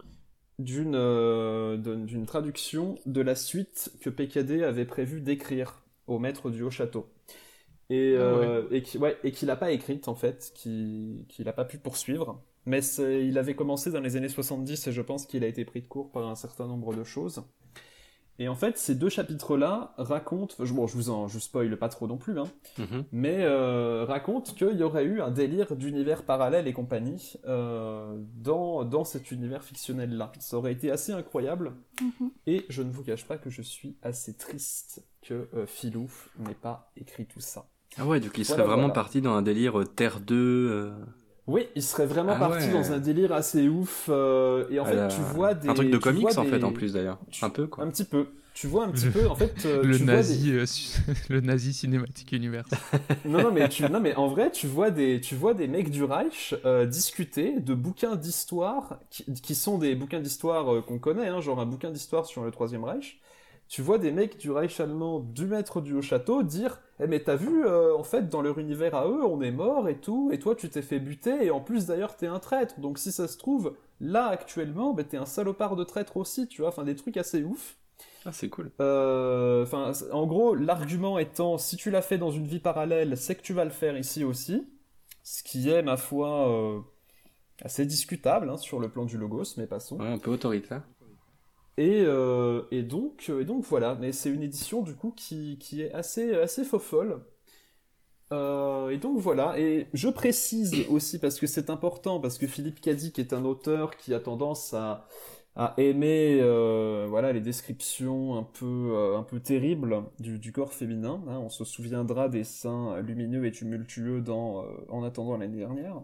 d'une traduction de la suite que PKD avait prévu d'écrire au maître du Haut-Château. Et qu'il n'a pas écrite en fait, qu'il n'a pas pu poursuivre. Mais il avait commencé dans les années 70 et je pense qu'il a été pris de court par un certain nombre de choses. Et en fait, ces 2 chapitres-là racontent, je vous spoil pas trop non plus, hein, mais racontent qu'il y aurait eu un délire d'univers parallèle et compagnie dans cet univers fictionnel-là. Ça aurait été assez incroyable, et je ne vous cache pas que je suis assez triste que Philou n'ait pas écrit tout ça. Ah ouais, donc il serait vraiment parti dans un délire Terre 2... Oui, il serait vraiment parti dans un délire assez ouf. Et en fait, tu vois des... Un truc de comics, en fait, en plus, d'ailleurs. Un peu, quoi. Un petit peu. Tu vois un petit peu, en fait... le nazi cinématique univers. non, mais en vrai, tu vois des mecs du Reich discuter de bouquins d'histoire, qui sont des bouquins d'histoire qu'on connaît, hein, genre un bouquin d'histoire sur le Troisième Reich. Tu vois des mecs du Reich allemand, du maître du Haut-Château, dire « Eh mais t'as vu, en fait, dans leur univers à eux, on est mort et tout, et toi tu t'es fait buter, et en plus d'ailleurs t'es un traître, donc si ça se trouve, là actuellement, t'es un salopard de traître aussi, tu vois, enfin des trucs assez ouf. » Ah, c'est cool. En gros, l'argument étant, si tu l'as fait dans une vie parallèle, c'est que tu vas le faire ici aussi, ce qui est, ma foi, assez discutable, hein, sur le plan du logos, mais passons. Ouais, un peu autoritaire. Et donc voilà, mais c'est une édition du coup qui est assez fofolle. Et donc voilà, et je précise aussi parce que c'est important, parce que Philippe Cadic est un auteur qui a tendance à aimer les descriptions un peu terribles du corps féminin. Hein. On se souviendra des seins lumineux et tumultueux dans En attendant l'année dernière.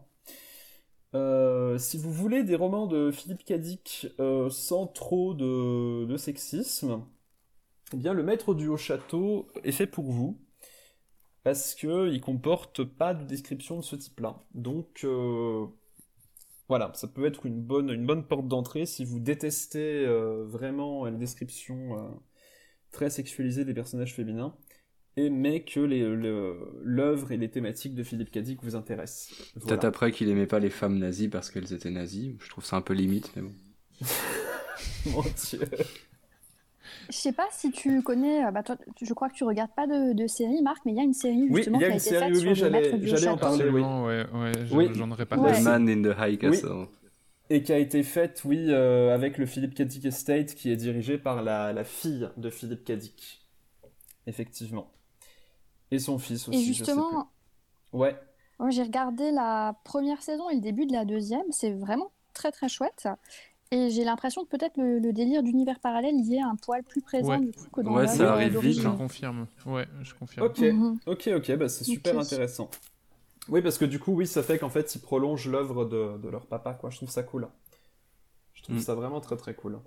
Si vous voulez des romans de Philippe Cadic sans trop de sexisme, eh bien Le Maître du Haut-Château est fait pour vous, parce qu'il comporte pas de description de ce type-là. Donc voilà, ça peut être une bonne porte d'entrée si vous détestez vraiment les descriptions très sexualisées des personnages féminins, mais que l'œuvre et les thématiques de Philippe Cadic vous intéressent. Voilà. Peut-être après qu'il aimait pas les femmes nazies parce qu'elles étaient nazies. Je trouve ça un peu limite, mais bon. Mon Dieu. Je sais pas si tu connais, toi, je crois que tu regardes pas de série, Marc, mais il y a une série justement qui a été faite sur le Maître du Haut-Château. En parler, J'en aurais parlé. The Man in the High Castle. Oui. Et qui a été faite, avec le Philippe Cadic Estate, qui est dirigé par la fille de Philippe Cadic. Effectivement. Et son fils aussi. Et justement, ouais. J'ai regardé la première saison et le début de la deuxième, c'est vraiment très très chouette. Et j'ai l'impression que peut-être le délire d'univers parallèle y est un poil plus présent du coup que dans l'œuvre ça arrive vite. Je confirme. Ouais, je confirme. Ok, bah c'est super intéressant. Oui, parce que du coup, ça fait qu'en fait, ils prolongent l'œuvre de leur papa, quoi. Je trouve ça cool. Je trouve ça vraiment très très cool.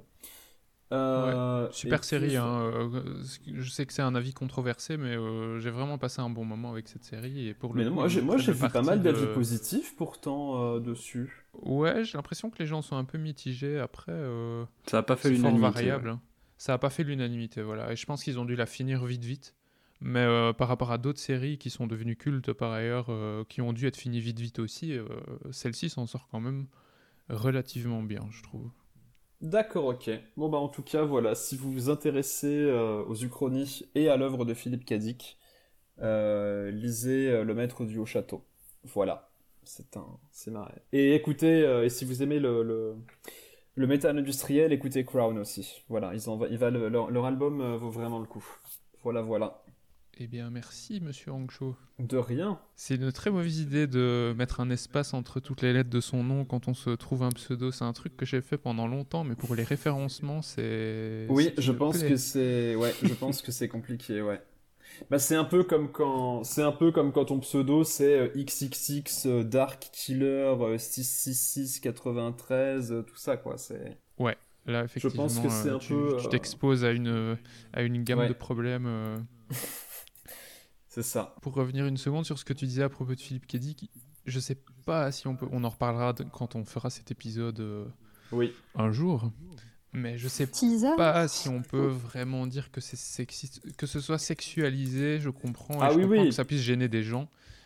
Super série, hein. Je sais que c'est un avis controversé, mais j'ai vraiment passé un bon moment avec cette série. Et pour moi j'ai vu pas mal d'avis positifs pourtant dessus. Ouais, j'ai l'impression que les gens sont un peu mitigés. Après, ça a pas fait l'unanimité. Variable. Ouais. Ça a pas fait l'unanimité, voilà. Et je pense qu'ils ont dû la finir vite. Mais par rapport à d'autres séries qui sont devenues cultes par ailleurs, qui ont dû être finies vite aussi, celle-ci s'en sort quand même relativement bien, je trouve. D'accord, ok. Bon bah en tout cas voilà, si vous vous intéressez aux uchronies et à l'œuvre de Philippe Cadic, lisez Le Maître du Haut-Château. Voilà, c'est marrant. Et écoutez, et si vous aimez le métal industriel, écoutez Crown aussi. Voilà, leur album vaut vraiment le coup. Voilà. Eh bien, merci, monsieur Hangcho. De rien. C'est une très mauvaise idée de mettre un espace entre toutes les lettres de son nom quand on se trouve un pseudo. C'est un truc que j'ai fait pendant longtemps, mais pour les référencements, c'est... Oui, je pense que c'est compliqué, ouais. Bah, c'est un peu comme quand ton pseudo, c'est XXX, Dark Killer, 666, 93, tout ça, quoi. C'est... Ouais. Là, effectivement, je pense que c'est un peu... Tu t'exposes à une gamme de problèmes... C'est ça. Pour revenir une seconde sur ce que tu disais à propos de Philippe Cadic, je sais pas si on peut... On en reparlera quand on fera cet épisode un jour, mais je sais pas si on peut vraiment dire que c'est sexiste, que ce soit sexualisé, je comprends, que ça puisse gêner des gens,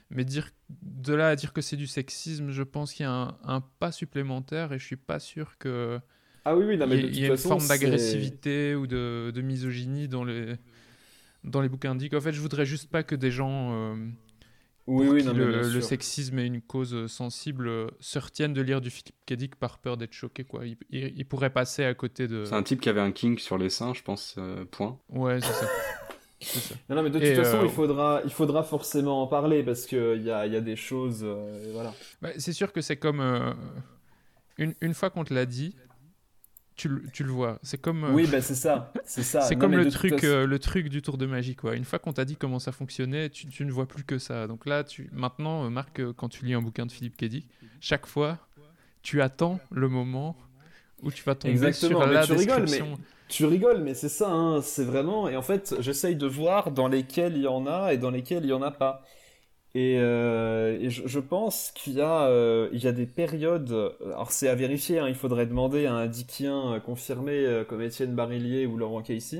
Mais de là à dire que c'est du sexisme, je pense qu'il y a un pas supplémentaire et je suis pas sûr que Ah oui, non, mais de il toute y a une façon, forme d'agressivité ou de misogynie dans les bouquins de Dick. En fait, je voudrais juste pas que des gens Oui, pour oui, qui non, mais bien le sûr. sexisme est une cause sensible se retiennent de lire du Philip K. Dick par peur d'être choqués, quoi. Ils pourraient passer à côté de... C'est un type qui avait un kink sur les seins, je pense, point. Ouais, c'est ça. C'est ça. Non, mais de toute Et, façon, il faudra forcément en parler parce qu'il y a des choses. Et voilà. Bah, c'est sûr que c'est comme... une fois qu'on te l'a dit, tu le vois. C'est comme... Oui, bah, c'est ça. C'est ça. c'est Non, comme mais le de toute truc, façon- le truc du tour de magie, quoi. Une fois qu'on t'a dit comment ça fonctionnait, tu ne vois plus que ça. Donc là, maintenant, Marc, quand tu lis un bouquin de Philippe K. Dick, chaque fois, tu attends le moment où tu vas tomber Exactement, sur mais la tu rigoles, description. Tu rigoles, mais c'est ça, hein, c'est vraiment. Et en fait, j'essaye de voir dans lesquels il y en a et dans lesquels il y en a pas. Et je pense il y a des périodes. Alors, c'est à vérifier, hein, il faudrait demander à un Dickien confirmé comme Étienne Barillier ou Laurent Casey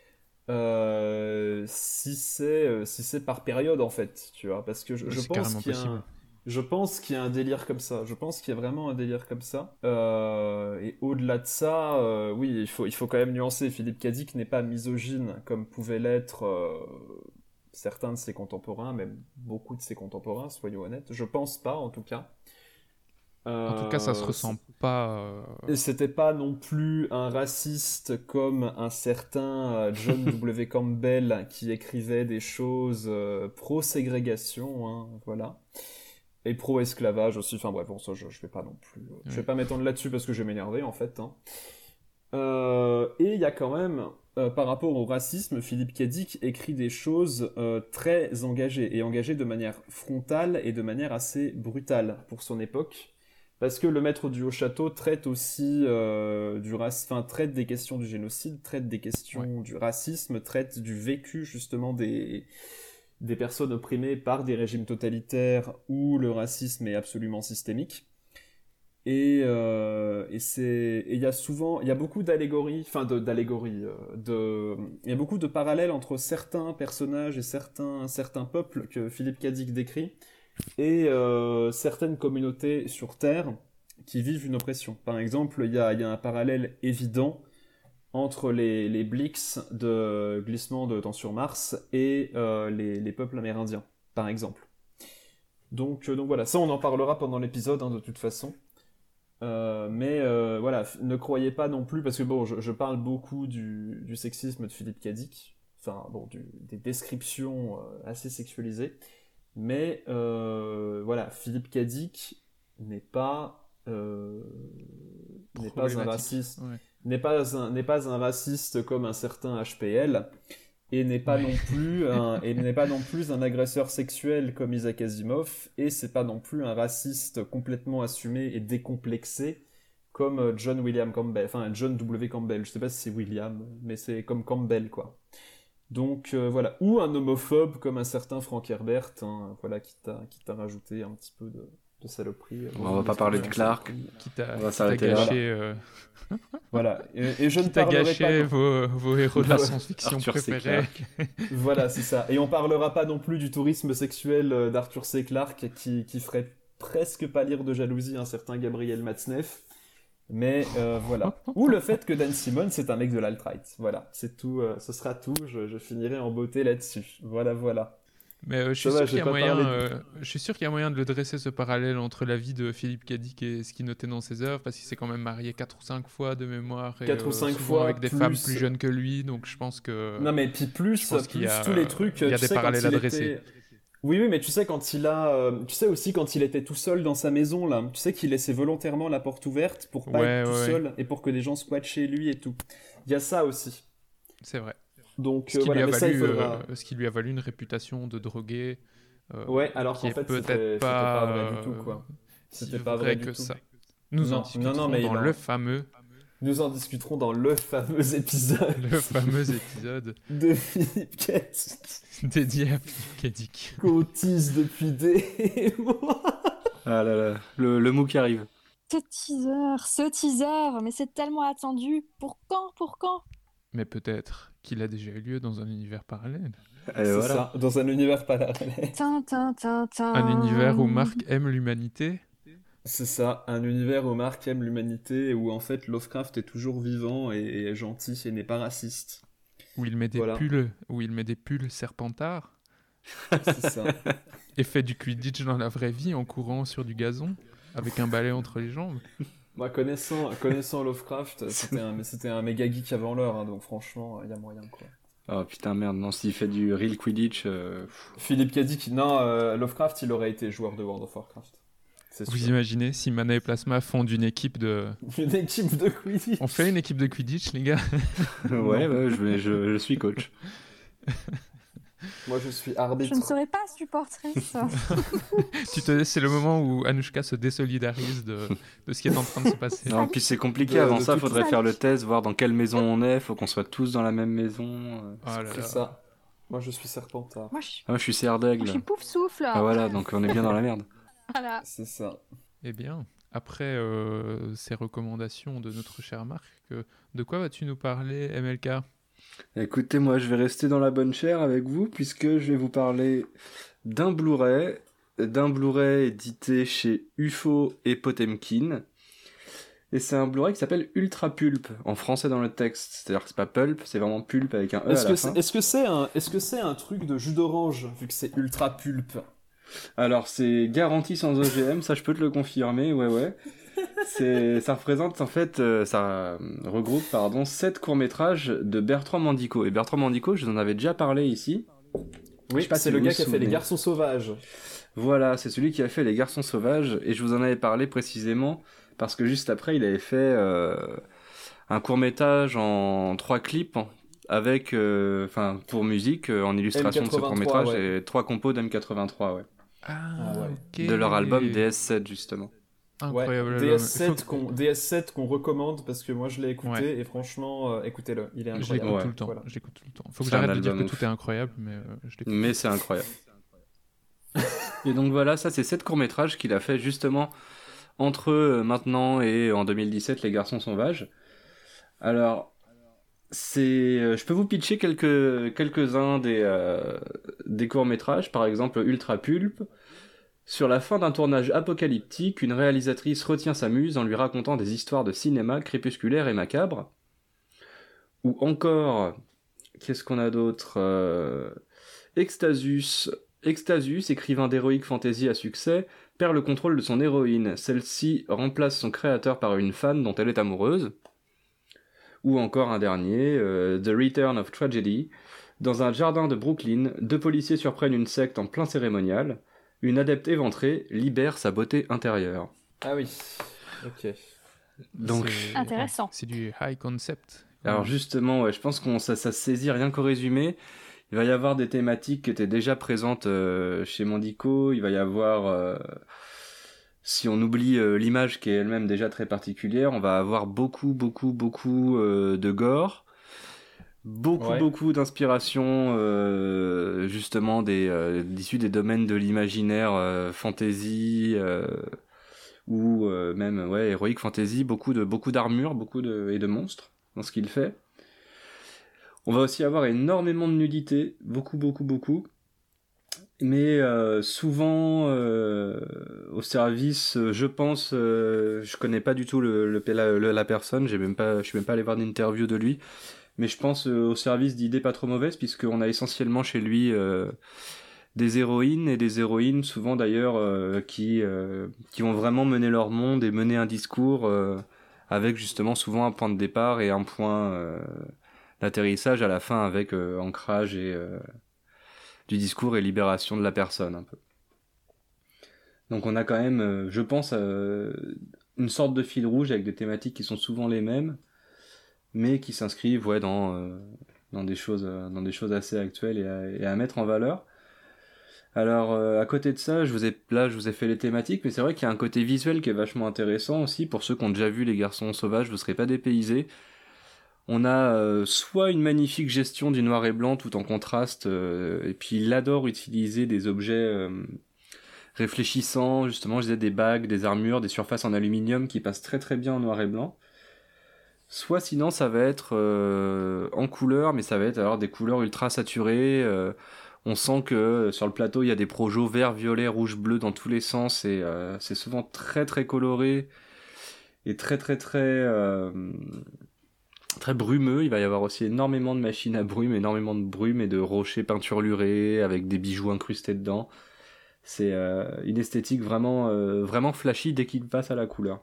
si c'est par période en fait, tu vois. Parce que je C'est pense carrément qu'il y a possible. je pense qu'il y a un délire comme ça. Je pense qu'il y a vraiment un délire comme ça. Et au-delà de ça, oui, il faut quand même nuancer. Philippe K. Dick n'est pas misogyne comme pouvaient l'être certains de ses contemporains, même beaucoup de ses contemporains, soyons honnêtes. Je pense pas, en tout cas. En tout cas, ça se ressent pas. Et c'était pas non plus un raciste comme un certain John W. Campbell qui écrivait des choses pro-ségrégation, hein, voilà. Et pro-esclavage aussi, enfin bref, bon, ça je vais pas non plus. Je vais pas m'étendre là-dessus parce que je vais m'énerver en fait. Hein. Et il y a quand même, par rapport au racisme, Philippe K. Dick écrit des choses très engagées, et engagées de manière frontale et de manière assez brutale pour son époque. Parce que le maître du Haut-Château traite aussi traite des questions du génocide, traite des questions du racisme, traite du vécu justement des personnes opprimées par des régimes totalitaires où le racisme est absolument systémique. Et il y a beaucoup d'allégories, il y a beaucoup de parallèles entre certains personnages et certains peuples que Philippe K. Dick décrit et certaines communautés sur Terre qui vivent une oppression. Par exemple, il y a un parallèle évident entre les Blix de Glissement de Temps sur Mars et les peuples amérindiens, par exemple. Donc voilà, ça on en parlera pendant l'épisode, hein, de toute façon. Voilà, ne croyez pas non plus, parce que bon, je parle beaucoup du sexisme de Philippe K. Dick, enfin bon, des descriptions assez sexualisées, mais voilà, Philippe K. Dick n'est pas un raciste. Ouais. N'est pas un raciste comme un certain HPL, et n'est pas non plus un agresseur sexuel comme Isaac Asimov, et c'est pas non plus un raciste complètement assumé et décomplexé comme John W. Campbell. Je sais pas si c'est William, mais c'est comme Campbell, quoi. Donc voilà, ou un homophobe comme un certain Frank Herbert, hein, voilà, qui t'a rajouté un petit peu de saloperie. On va pas parler de Clark. Qui t'a On va s'arrêter là. gâché, Voilà, et je ne qui t'a parlerai gâché pas... vos héros de la science-fiction Arthur C. préférés. Voilà, c'est ça. Et on parlera pas non plus du tourisme sexuel d'Arthur C. Clarke qui ferait presque pas lire de jalousie un certain Gabriel Matzneff. Mais voilà. Ou le fait que Dan Simmons c'est un mec de l'alt-right. Voilà, c'est tout. Ce sera tout. Je finirai en beauté là-dessus. Voilà. Mais je suis sûr qu'il y a moyen. Je suis sûr qu'il y a moyen de le dresser, ce parallèle entre la vie de Philippe K. Dick et ce qu'il notait dans ses œuvres, parce qu'il s'est quand même marié 4 ou 5 fois de mémoire, et 4 ou 5 souvent fois avec des plus... femmes plus jeunes que lui. Donc je pense que. Non mais puis plus qu'il y a, tous les trucs. Il y a tu des sais, parallèles à dresser. Oui, mais tu sais, quand il était tout seul dans sa maison, là, tu sais qu'il laissait volontairement la porte ouverte pour pas être tout seul et pour que des gens squattent chez lui et tout. Il y a ça aussi. C'est vrai. Donc, ce qui lui a valu une réputation de drogué. Ouais, alors qu'en fait, c'était pas vrai du tout, quoi. C'était pas vrai du tout. Ça. Nous en discuterons Nous en discuterons dans le fameux épisode. Le fameux épisode de Philippe K. dédié à Philippe K. Dick. Qu'on tease depuis des mois. Ah là là, le mot qui arrive. Ce teaser, mais c'est tellement attendu. Pour quand Mais peut-être qu'il a déjà eu lieu dans un univers parallèle. Et C'est voilà. ça, dans un univers parallèle. Un univers où Marc aime l'humanité. C'est ça, un univers où Mark aime l'humanité et où en fait Lovecraft est toujours vivant et est gentil et n'est pas raciste. Où il met des Voilà. pulls serpentards C'est ça. et fait du Quidditch dans la vraie vie en courant sur du gazon avec un balai entre les jambes. Moi, connaissant Lovecraft, c'était un méga geek avant l'heure, hein, donc franchement, il y a moyen, quoi. Oh putain, merde, non, s'il fait du real Quidditch. Philippe Cadic, non, Lovecraft, il aurait été joueur de World of Warcraft. C'est Vous sûr. imaginez si Mana et Plasma font une équipe de... Une équipe de Quidditch. On fait une équipe de Quidditch, les gars? Ouais, je suis coach. Moi, je suis Je arbitre. ne serais pas supportrice. C'est le moment où Anushka se désolidarise de ce qui est en train de se passer. Non, puis c'est compliqué, De- avant de ça, toute faudrait façon. faire le test, voir dans quelle maison on est, faut qu'on soit tous dans la même maison. Oh là C'est là. ça. Moi, je suis Serpentard. Moi, je suis, Ah, moi je suis Serre moi, je d'Aigle. suis pouf souffle. Ah voilà, donc on est bien dans la merde. Voilà. C'est ça. Eh bien, après ces recommandations de notre cher Marc, de quoi vas-tu nous parler, MLK? Écoutez, moi je vais rester dans la bonne chair avec vous, puisque je vais vous parler d'un Blu-ray édité chez UFO et Potemkin. Et c'est un Blu-ray qui s'appelle Ultra Pulp, en français dans le texte. C'est-à-dire que c'est pas Pulp, c'est vraiment Pulp avec un E à la fin. Est-ce que c'est un truc de jus d'orange, vu que c'est ultra pulpe? Alors, c'est garanti sans OGM, ça je peux te le confirmer, ouais. Ça représente, en fait, ça regroupe, 7 courts-métrages de Bertrand Mandico. Et Bertrand Mandico, je vous en avais déjà parlé ici. Je Oui, sais pas c'est si le vous gars vous qui a fait souvenez. Les Garçons Sauvages. Voilà, c'est celui qui a fait Les Garçons Sauvages, et je vous en avais parlé précisément parce que juste après, il avait fait un court-métrage en 3 clips avec, pour musique, en illustration de ce M83, court-métrage, ouais. et 3 compos d'M83, ouais. Ah, ouais. ok. De leur album DS7, justement. Incroyable. Ouais, album. DS7 qu'on recommande parce que moi je l'ai écouté Ouais. et franchement, écoutez-le, il est Je incroyable. l'écoute Ouais. tout le temps. Voilà. Je l'écoute tout le temps. Faut que C'est un j'arrête de dire que album tout ouf. est incroyable, mais je l'écoute. Mais c'est incroyable. Et donc voilà, ça c'est 7 courts-métrages qu'il a fait justement entre maintenant et en 2017, Les Garçons Sauvages. Alors, je peux vous pitcher quelques-uns des courts-métrages, par exemple Ultra Pulp. Sur la fin d'un tournage apocalyptique, une réalisatrice retient sa muse en lui racontant des histoires de cinéma crépusculaires et macabres. Ou encore, qu'est-ce qu'on a d'autre Extasus, écrivain d'heroic fantasy à succès, perd le contrôle de son héroïne. Celle-ci remplace son créateur par une fan dont elle est amoureuse. Ou encore un dernier, The Return of Tragedy. Dans un jardin de Brooklyn, 2 policiers surprennent une secte en plein cérémonial. Une adepte éventrée libère sa beauté intérieure. Ah oui, ok. Donc, C'est- Intéressant. C'est du high concept. alors justement, ouais, je pense qu'on ça se saisit rien qu'au résumé. Il va y avoir des thématiques qui étaient déjà présentes chez Mandico. Il va y avoir, si on oublie l'image qui est elle-même déjà très particulière, on va avoir beaucoup de gore. Beaucoup d'inspiration justement d'issues des domaines de l'imaginaire fantasy ou même heroic fantasy, beaucoup d'armures, et de monstres dans ce qu'il fait. On va aussi avoir énormément de nudité, beaucoup, mais souvent au service, je pense, je connais pas du tout la personne, je suis même pas allé voir d'interview de lui. Mais je pense au service d'idées pas trop mauvaises, puisqu'on a essentiellement chez lui des héroïnes, et des héroïnes souvent d'ailleurs qui vont vraiment mener leur monde et mener un discours avec justement souvent un point de départ et un point d'atterrissage à la fin avec ancrage et du discours et libération de la personne un peu. Donc on a quand même, je pense, une sorte de fil rouge avec des thématiques qui sont souvent les mêmes, mais qui s'inscrivent dans des choses assez actuelles et à mettre en valeur. Alors à côté de ça, je vous ai fait les thématiques, mais c'est vrai qu'il y a un côté visuel qui est vachement intéressant aussi. Pour ceux qui ont déjà vu Les Garçons Sauvages, vous ne serez pas dépaysés. On a soit une magnifique gestion du noir et blanc tout en contraste, et puis il adore utiliser des objets réfléchissants, justement, je disais des bagues, des armures, des surfaces en aluminium qui passent très très bien en noir et blanc. Soit sinon ça va être en couleur, mais ça va être alors des couleurs ultra saturées. On sent que sur le plateau il y a des projos vert, violet, rouge, bleu dans tous les sens et c'est souvent très très coloré et très très très très brumeux. Il va y avoir aussi énormément de machines à brume, énormément de brume et de rochers peinturlurés avec des bijoux incrustés dedans. C'est une esthétique vraiment vraiment flashy dès qu'il passe à la couleur.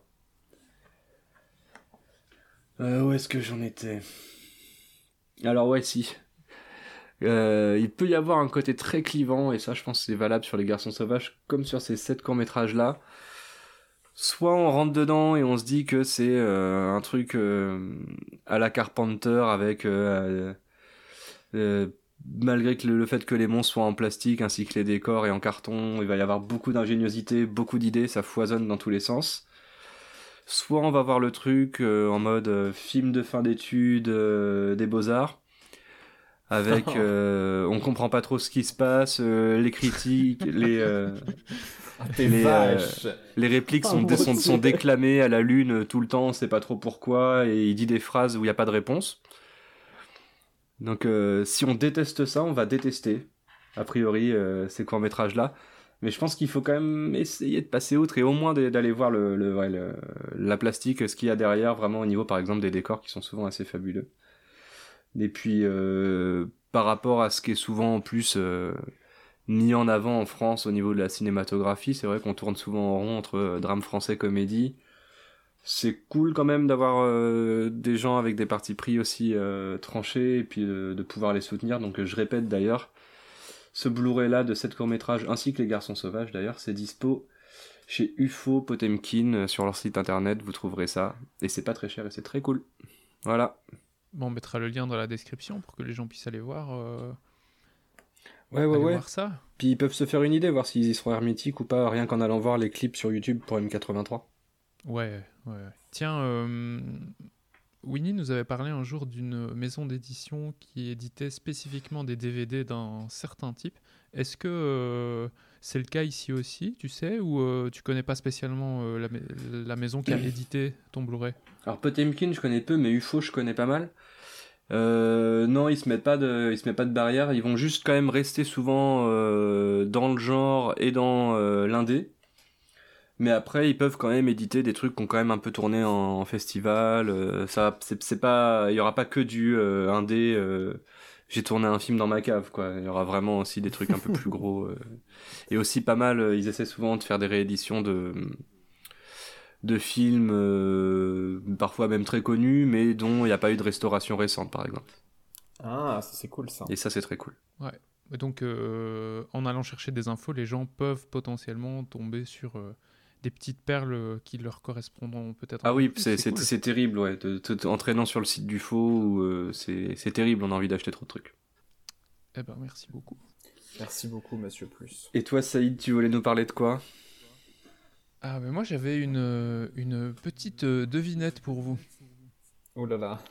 Où est-ce que j'en étais? Alors ouais, si. Il peut y avoir un côté très clivant, et ça je pense que c'est valable sur Les Garçons Sauvages, comme sur ces 7 courts-métrages-là. Soit on rentre dedans et on se dit que c'est un truc à la Carpenter, avec malgré que le fait que les monstres soient en plastique, ainsi que les décors et en carton, il va y avoir beaucoup d'ingéniosité, beaucoup d'idées, ça foisonne dans tous les sens. Soit on va voir le truc en mode film de fin d'études des Beaux-Arts, avec on comprend pas trop ce qui se passe, les critiques, les répliques sont déclamées à la lune tout le temps, on sait pas trop pourquoi, et il dit des phrases où il n'y a pas de réponse. Donc si on déteste ça, on va détester, a priori, ces courts-métrages-là. Mais je pense qu'il faut quand même essayer de passer outre et au moins d'aller voir la plastique, ce qu'il y a derrière, vraiment au niveau par exemple des décors qui sont souvent assez fabuleux. Et puis par rapport à ce qui est souvent en plus mis en avant en France au niveau de la cinématographie, c'est vrai qu'on tourne souvent en rond entre drame français, comédie. C'est cool quand même d'avoir des gens avec des partis pris aussi tranchés et puis de pouvoir les soutenir. Donc je répète d'ailleurs, ce Blu-ray là de 7 courts-métrages ainsi que Les Garçons Sauvages d'ailleurs, c'est dispo chez UFO Potemkin sur leur site internet, vous trouverez ça. Et c'est pas très cher et c'est très cool. Voilà. Bon, on mettra le lien dans la description pour que les gens puissent aller voir. Ouais. Voir ça. Puis ils peuvent se faire une idée, voir s'ils y seront hermétiques ou pas, rien qu'en allant voir les clips sur YouTube pour M83. Ouais. Tiens, Winnie nous avait parlé un jour d'une maison d'édition qui éditait spécifiquement des DVD d'un certain type. Est-ce que c'est le cas ici aussi, tu sais, ou tu connais pas spécialement la maison qui a édité ton Blu-ray? Alors Potemkin, je connais peu, mais UFO, je connais pas mal. Non, ils se mettent pas de barrière. Ils vont juste quand même rester souvent dans le genre et dans l'indé. Mais après, ils peuvent quand même éditer des trucs qui ont quand même un peu tourné en festival. Ça, c'est pas, il y aura pas que du indé. J'ai tourné un film dans ma cave, quoi. Il y aura vraiment aussi des trucs un peu plus gros. Et aussi pas mal. Ils essaient souvent de faire des rééditions de films, parfois même très connus, mais dont il n'y a pas eu de restauration récente, par exemple. Ah, c'est cool ça. Et ça, c'est très cool. Ouais. Donc, en allant chercher des infos, les gens peuvent potentiellement tomber sur des petites perles qui leur correspondront peut-être. Ah oui, plus. c'est terrible, ouais. Entraînant sur le site du faux, c'est terrible, on a envie d'acheter trop de trucs. Eh ben, merci beaucoup. Merci beaucoup, Monsieur Plus. Et toi, Saïd, tu voulais nous parler de quoi ? Ah, mais moi, j'avais une petite devinette pour vous. Oh là là.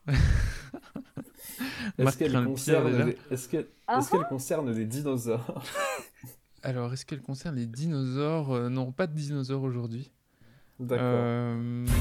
Est-ce qu'elle concerne des dinosaures? Alors, est-ce qu'elle concerne les dinosaures? Non, pas de dinosaures aujourd'hui. D'accord.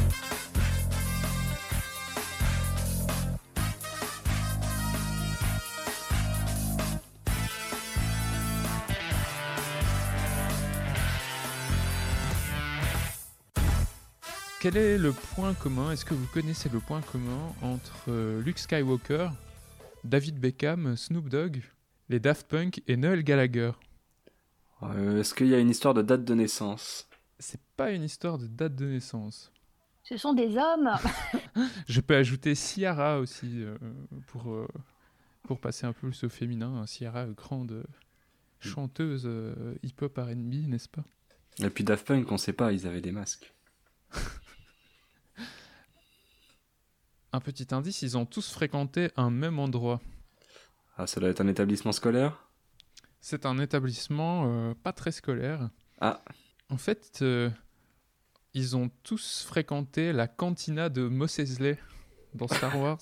Quel est le point commun? Est-ce que vous connaissez le point commun entre Luke Skywalker, David Beckham, Snoop Dogg, les Daft Punk et Noel Gallagher? Est-ce qu'il y a une histoire de date de naissance? C'est pas une histoire de date de naissance. Ce sont des hommes. Je peux ajouter Ciara aussi pour passer un peu plus au féminin. Ciara, grande chanteuse hip-hop R&B, n'est-ce pas? Et puis Daft Punk, on sait pas, ils avaient des masques. Un petit indice, ils ont tous fréquenté un même endroit. Ah, ça doit être un établissement scolaire? C'est un établissement pas très scolaire. Ah. En fait, ils ont tous fréquenté la cantina de Mos Eisley dans Star Wars.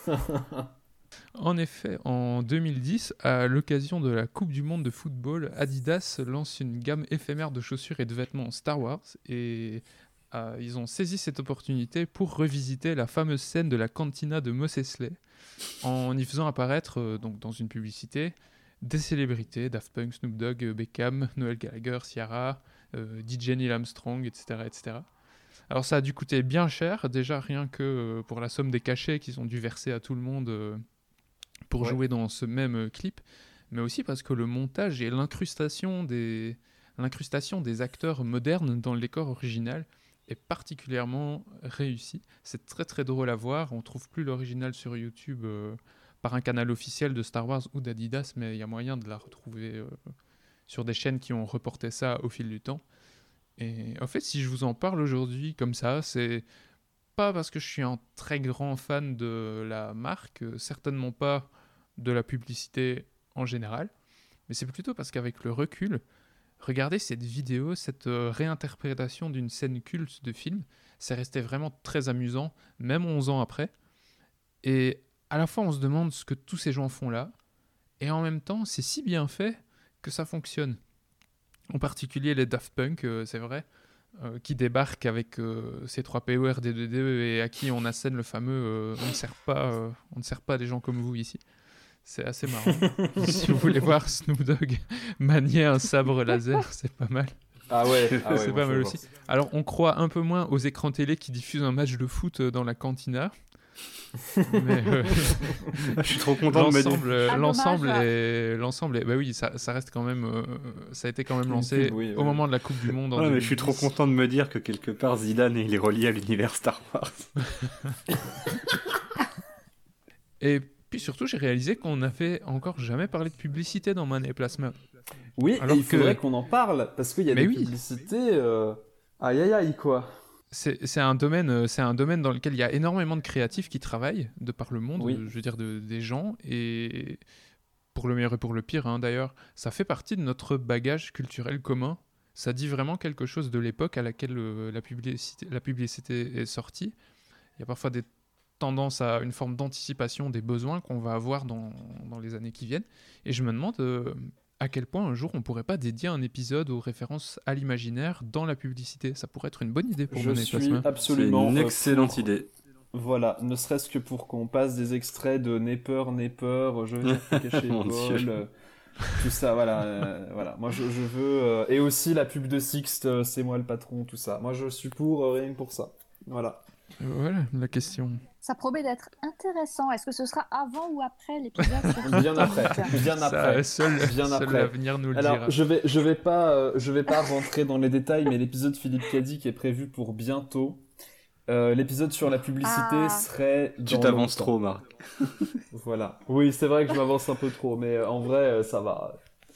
En effet, en 2010, à l'occasion de la Coupe du Monde de football, Adidas lance une gamme éphémère de chaussures et de vêtements Star Wars. Et ils ont saisi cette opportunité pour revisiter la fameuse scène de la cantina de Mos Eisley en y faisant apparaître, donc dans une publicité, des célébrités, Daft Punk, Snoop Dogg, Beckham, Noel Gallagher, Ciara, DJ Neil Armstrong, etc., etc. Alors ça a dû coûter bien cher, déjà rien que pour la somme des cachets qu'ils ont dû verser à tout le monde pour jouer dans ce même clip, mais aussi parce que le montage et l'incrustation des acteurs modernes dans le décor original est particulièrement réussi. C'est très très drôle à voir, on trouve plus l'original sur YouTube par un canal officiel de Star Wars ou d'Adidas, mais il y a moyen de la retrouver sur des chaînes qui ont reporté ça au fil du temps. Et en fait, si je vous en parle aujourd'hui comme ça, c'est pas parce que je suis un très grand fan de la marque, certainement pas de la publicité en général, mais c'est plutôt parce qu'avec le recul, regardez cette vidéo, cette réinterprétation d'une scène culte de film, c'est resté vraiment très amusant, même 11 ans après. Et à la fois, on se demande ce que tous ces gens font là, et en même temps, c'est si bien fait que ça fonctionne. En particulier les Daft Punk, c'est vrai, qui débarquent avec ces 3 PORD2D et à qui on assène le fameux on ne sert pas des gens comme vous ici. C'est assez marrant. Si vous voulez voir Snoop Dogg manier un sabre laser, c'est pas mal. Ah ouais, c'est pas mal aussi. Alors, on croit un peu moins aux écrans télé qui diffusent un match de foot dans la cantina. Mais je suis trop content de me l'ensemble est, bah oui, ça reste quand même, ça a été quand même lancé au moment de la Coupe du Monde. Mais je suis trop content de me dire que quelque part Zidane il est relié à l'univers Star Wars. Et puis surtout, j'ai réalisé qu'on n'avait encore jamais parlé de publicité dans Mana et Plasma. Oui, alors il faudrait qu'on en parle parce qu'il y a des publicités. Aïe aïe aïe quoi. C'est un domaine dans lequel il y a énormément de créatifs qui travaillent de par le monde, je veux dire des gens, et pour le meilleur et pour le pire hein, d'ailleurs, ça fait partie de notre bagage culturel commun. Ça dit vraiment quelque chose de l'époque à laquelle la publicité est sortie. Il y a parfois des tendances à une forme d'anticipation des besoins qu'on va avoir dans les années qui viennent, et je me demande à quel point un jour on pourrait pas dédier un épisode aux références à l'imaginaire dans la publicité. Ça pourrait être une bonne idée pour Mana et Plasma. Je suis absolument... C'est une excellente idée. Voilà, ne serait-ce que pour qu'on passe des extraits de N'aie peur, je viens te cacher le vol, tout ça, voilà. Moi je veux... et aussi la pub de Sixt, c'est moi le patron, tout ça. Moi je suis pour, rien que pour ça. Voilà. Voilà la question. Ça promet d'être intéressant. Est-ce que ce sera avant ou après l'épisode sur Bien après. Seul l'avenir nous le dira. Alors, je vais pas rentrer dans les détails, mais l'épisode Philippe Cadic est prévu pour bientôt. L'épisode sur la publicité serait dans Tu t'avances trop, Marc. Voilà. Oui, c'est vrai que je m'avance un peu trop, mais en vrai, ça va.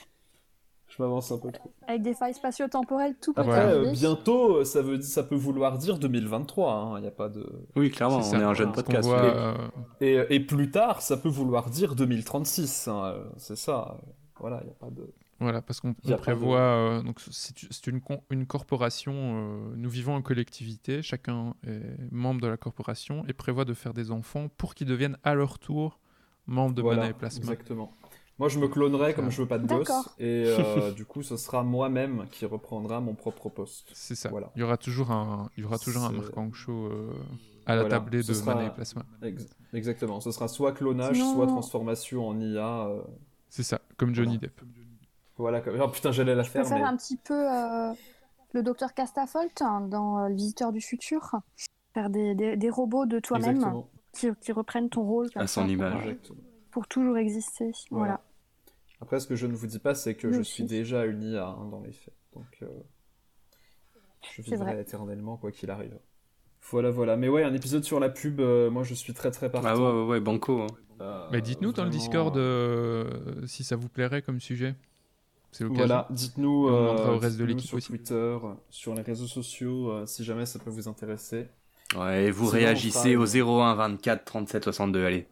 Je m'avance un peu trop. Avec des failles spatio-temporelles, tout peut arriver. Bientôt, ça peut vouloir dire 2023. Y a pas de... Oui, clairement, on est un jeune podcast. Et plus tard, ça peut vouloir dire 2036. C'est ça. Voilà, il n'y a pas de... Voilà, parce qu'on prévoit... donc c'est une corporation. Nous vivons en collectivité. Chacun est membre de la corporation et prévoit de faire des enfants pour qu'ils deviennent à leur tour membres de Mana et Plasma. Exactement. Moi, je me clonerai comme je veux pas de gosse, et du coup, ce sera moi-même qui reprendra mon propre poste. C'est ça. Voilà. Il y aura toujours un Marc Anxo à la tablée de Mana et Plasma. Exactement. Ce sera soit clonage, soit transformation en IA. C'est ça, comme Johnny Depp. Voilà. Oh putain, j'allais la faire. Tu peux faire un petit peu le docteur Castafolt dans Le Visiteur du Futur. Faire des robots de toi-même qui reprennent ton rôle. À son image. Pour toujours exister. Voilà. Après, ce que je ne vous dis pas, c'est que je suis déjà une IA dans les faits. Donc, je vivrai éternellement, quoi qu'il arrive. Voilà. Mais ouais, un épisode sur la pub, moi, je suis très, très partant. Ah ouais, banco. Mais dites-nous dans le Discord si ça vous plairait comme sujet. C'est l'occasion. Voilà, dites-nous, au reste de l'équipe sur aussi. Twitter, sur les réseaux sociaux, si jamais ça peut vous intéresser. Ouais, et vous réagissez au 01 24 37 62, allez.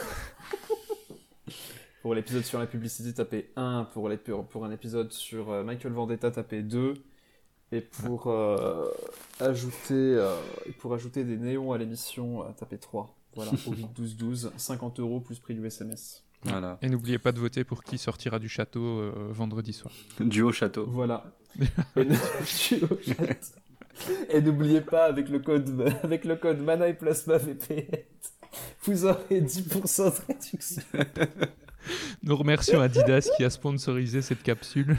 Pour l'épisode sur la publicité, tapez 1. Pour un épisode sur Michael Vendetta, tapez 2. Et pour ajouter des néons à l'émission, tapez 3. Voilà, au 8 12 12, 50 € plus prix du SMS. Voilà. Et n'oubliez pas de voter pour qui sortira du château vendredi soir. Duo château. Voilà. Duo château. Et n'oubliez pas, avec le code Mana et Plasma VPN, vous aurez 10% de réduction. Nous remercions Adidas qui a sponsorisé cette capsule.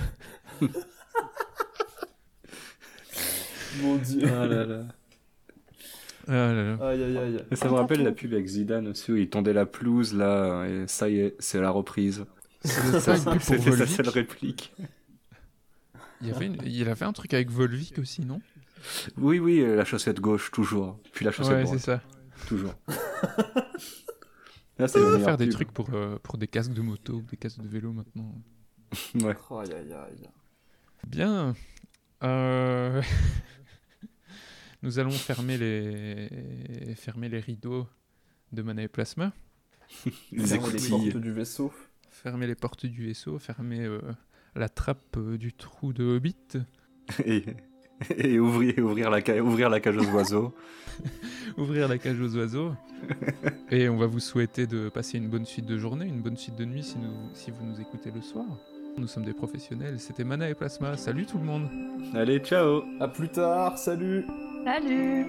Mon Dieu. Ah là là. Ah là là. Aïe, aïe, aïe. Ça me rappelle la pub avec Zidane aussi, où il tondait la pelouse, là, et ça y est, c'est la reprise. C'est pas une pub pour C'était sa Volvic. seule réplique. Il avait un truc avec Volvic aussi, non? Oui, oui, la chaussette gauche, toujours. Puis la chaussette Ouais, droite, c'est ça. toujours. Là, c'est On le va meilleur faire des pub. trucs pour des casques de moto, des casques de vélo maintenant. Ouais. Aïe, aïe, aïe. Bien. Nous allons fermer les rideaux de Mana et Plasma. Les Fermez les écoutilles. portes du vaisseau. Fermer les portes du vaisseau, fermer la trappe du trou de Hobbit. Et ouvrir la cage aux oiseaux. Ouvrir la cage aux oiseaux. Et on va vous souhaiter de passer une bonne suite de journée, une bonne suite de nuit si vous nous écoutez le soir. Nous sommes des professionnels. C'était Mana et Plasma. Salut tout le monde. Allez, ciao. À plus tard, salut. Salut!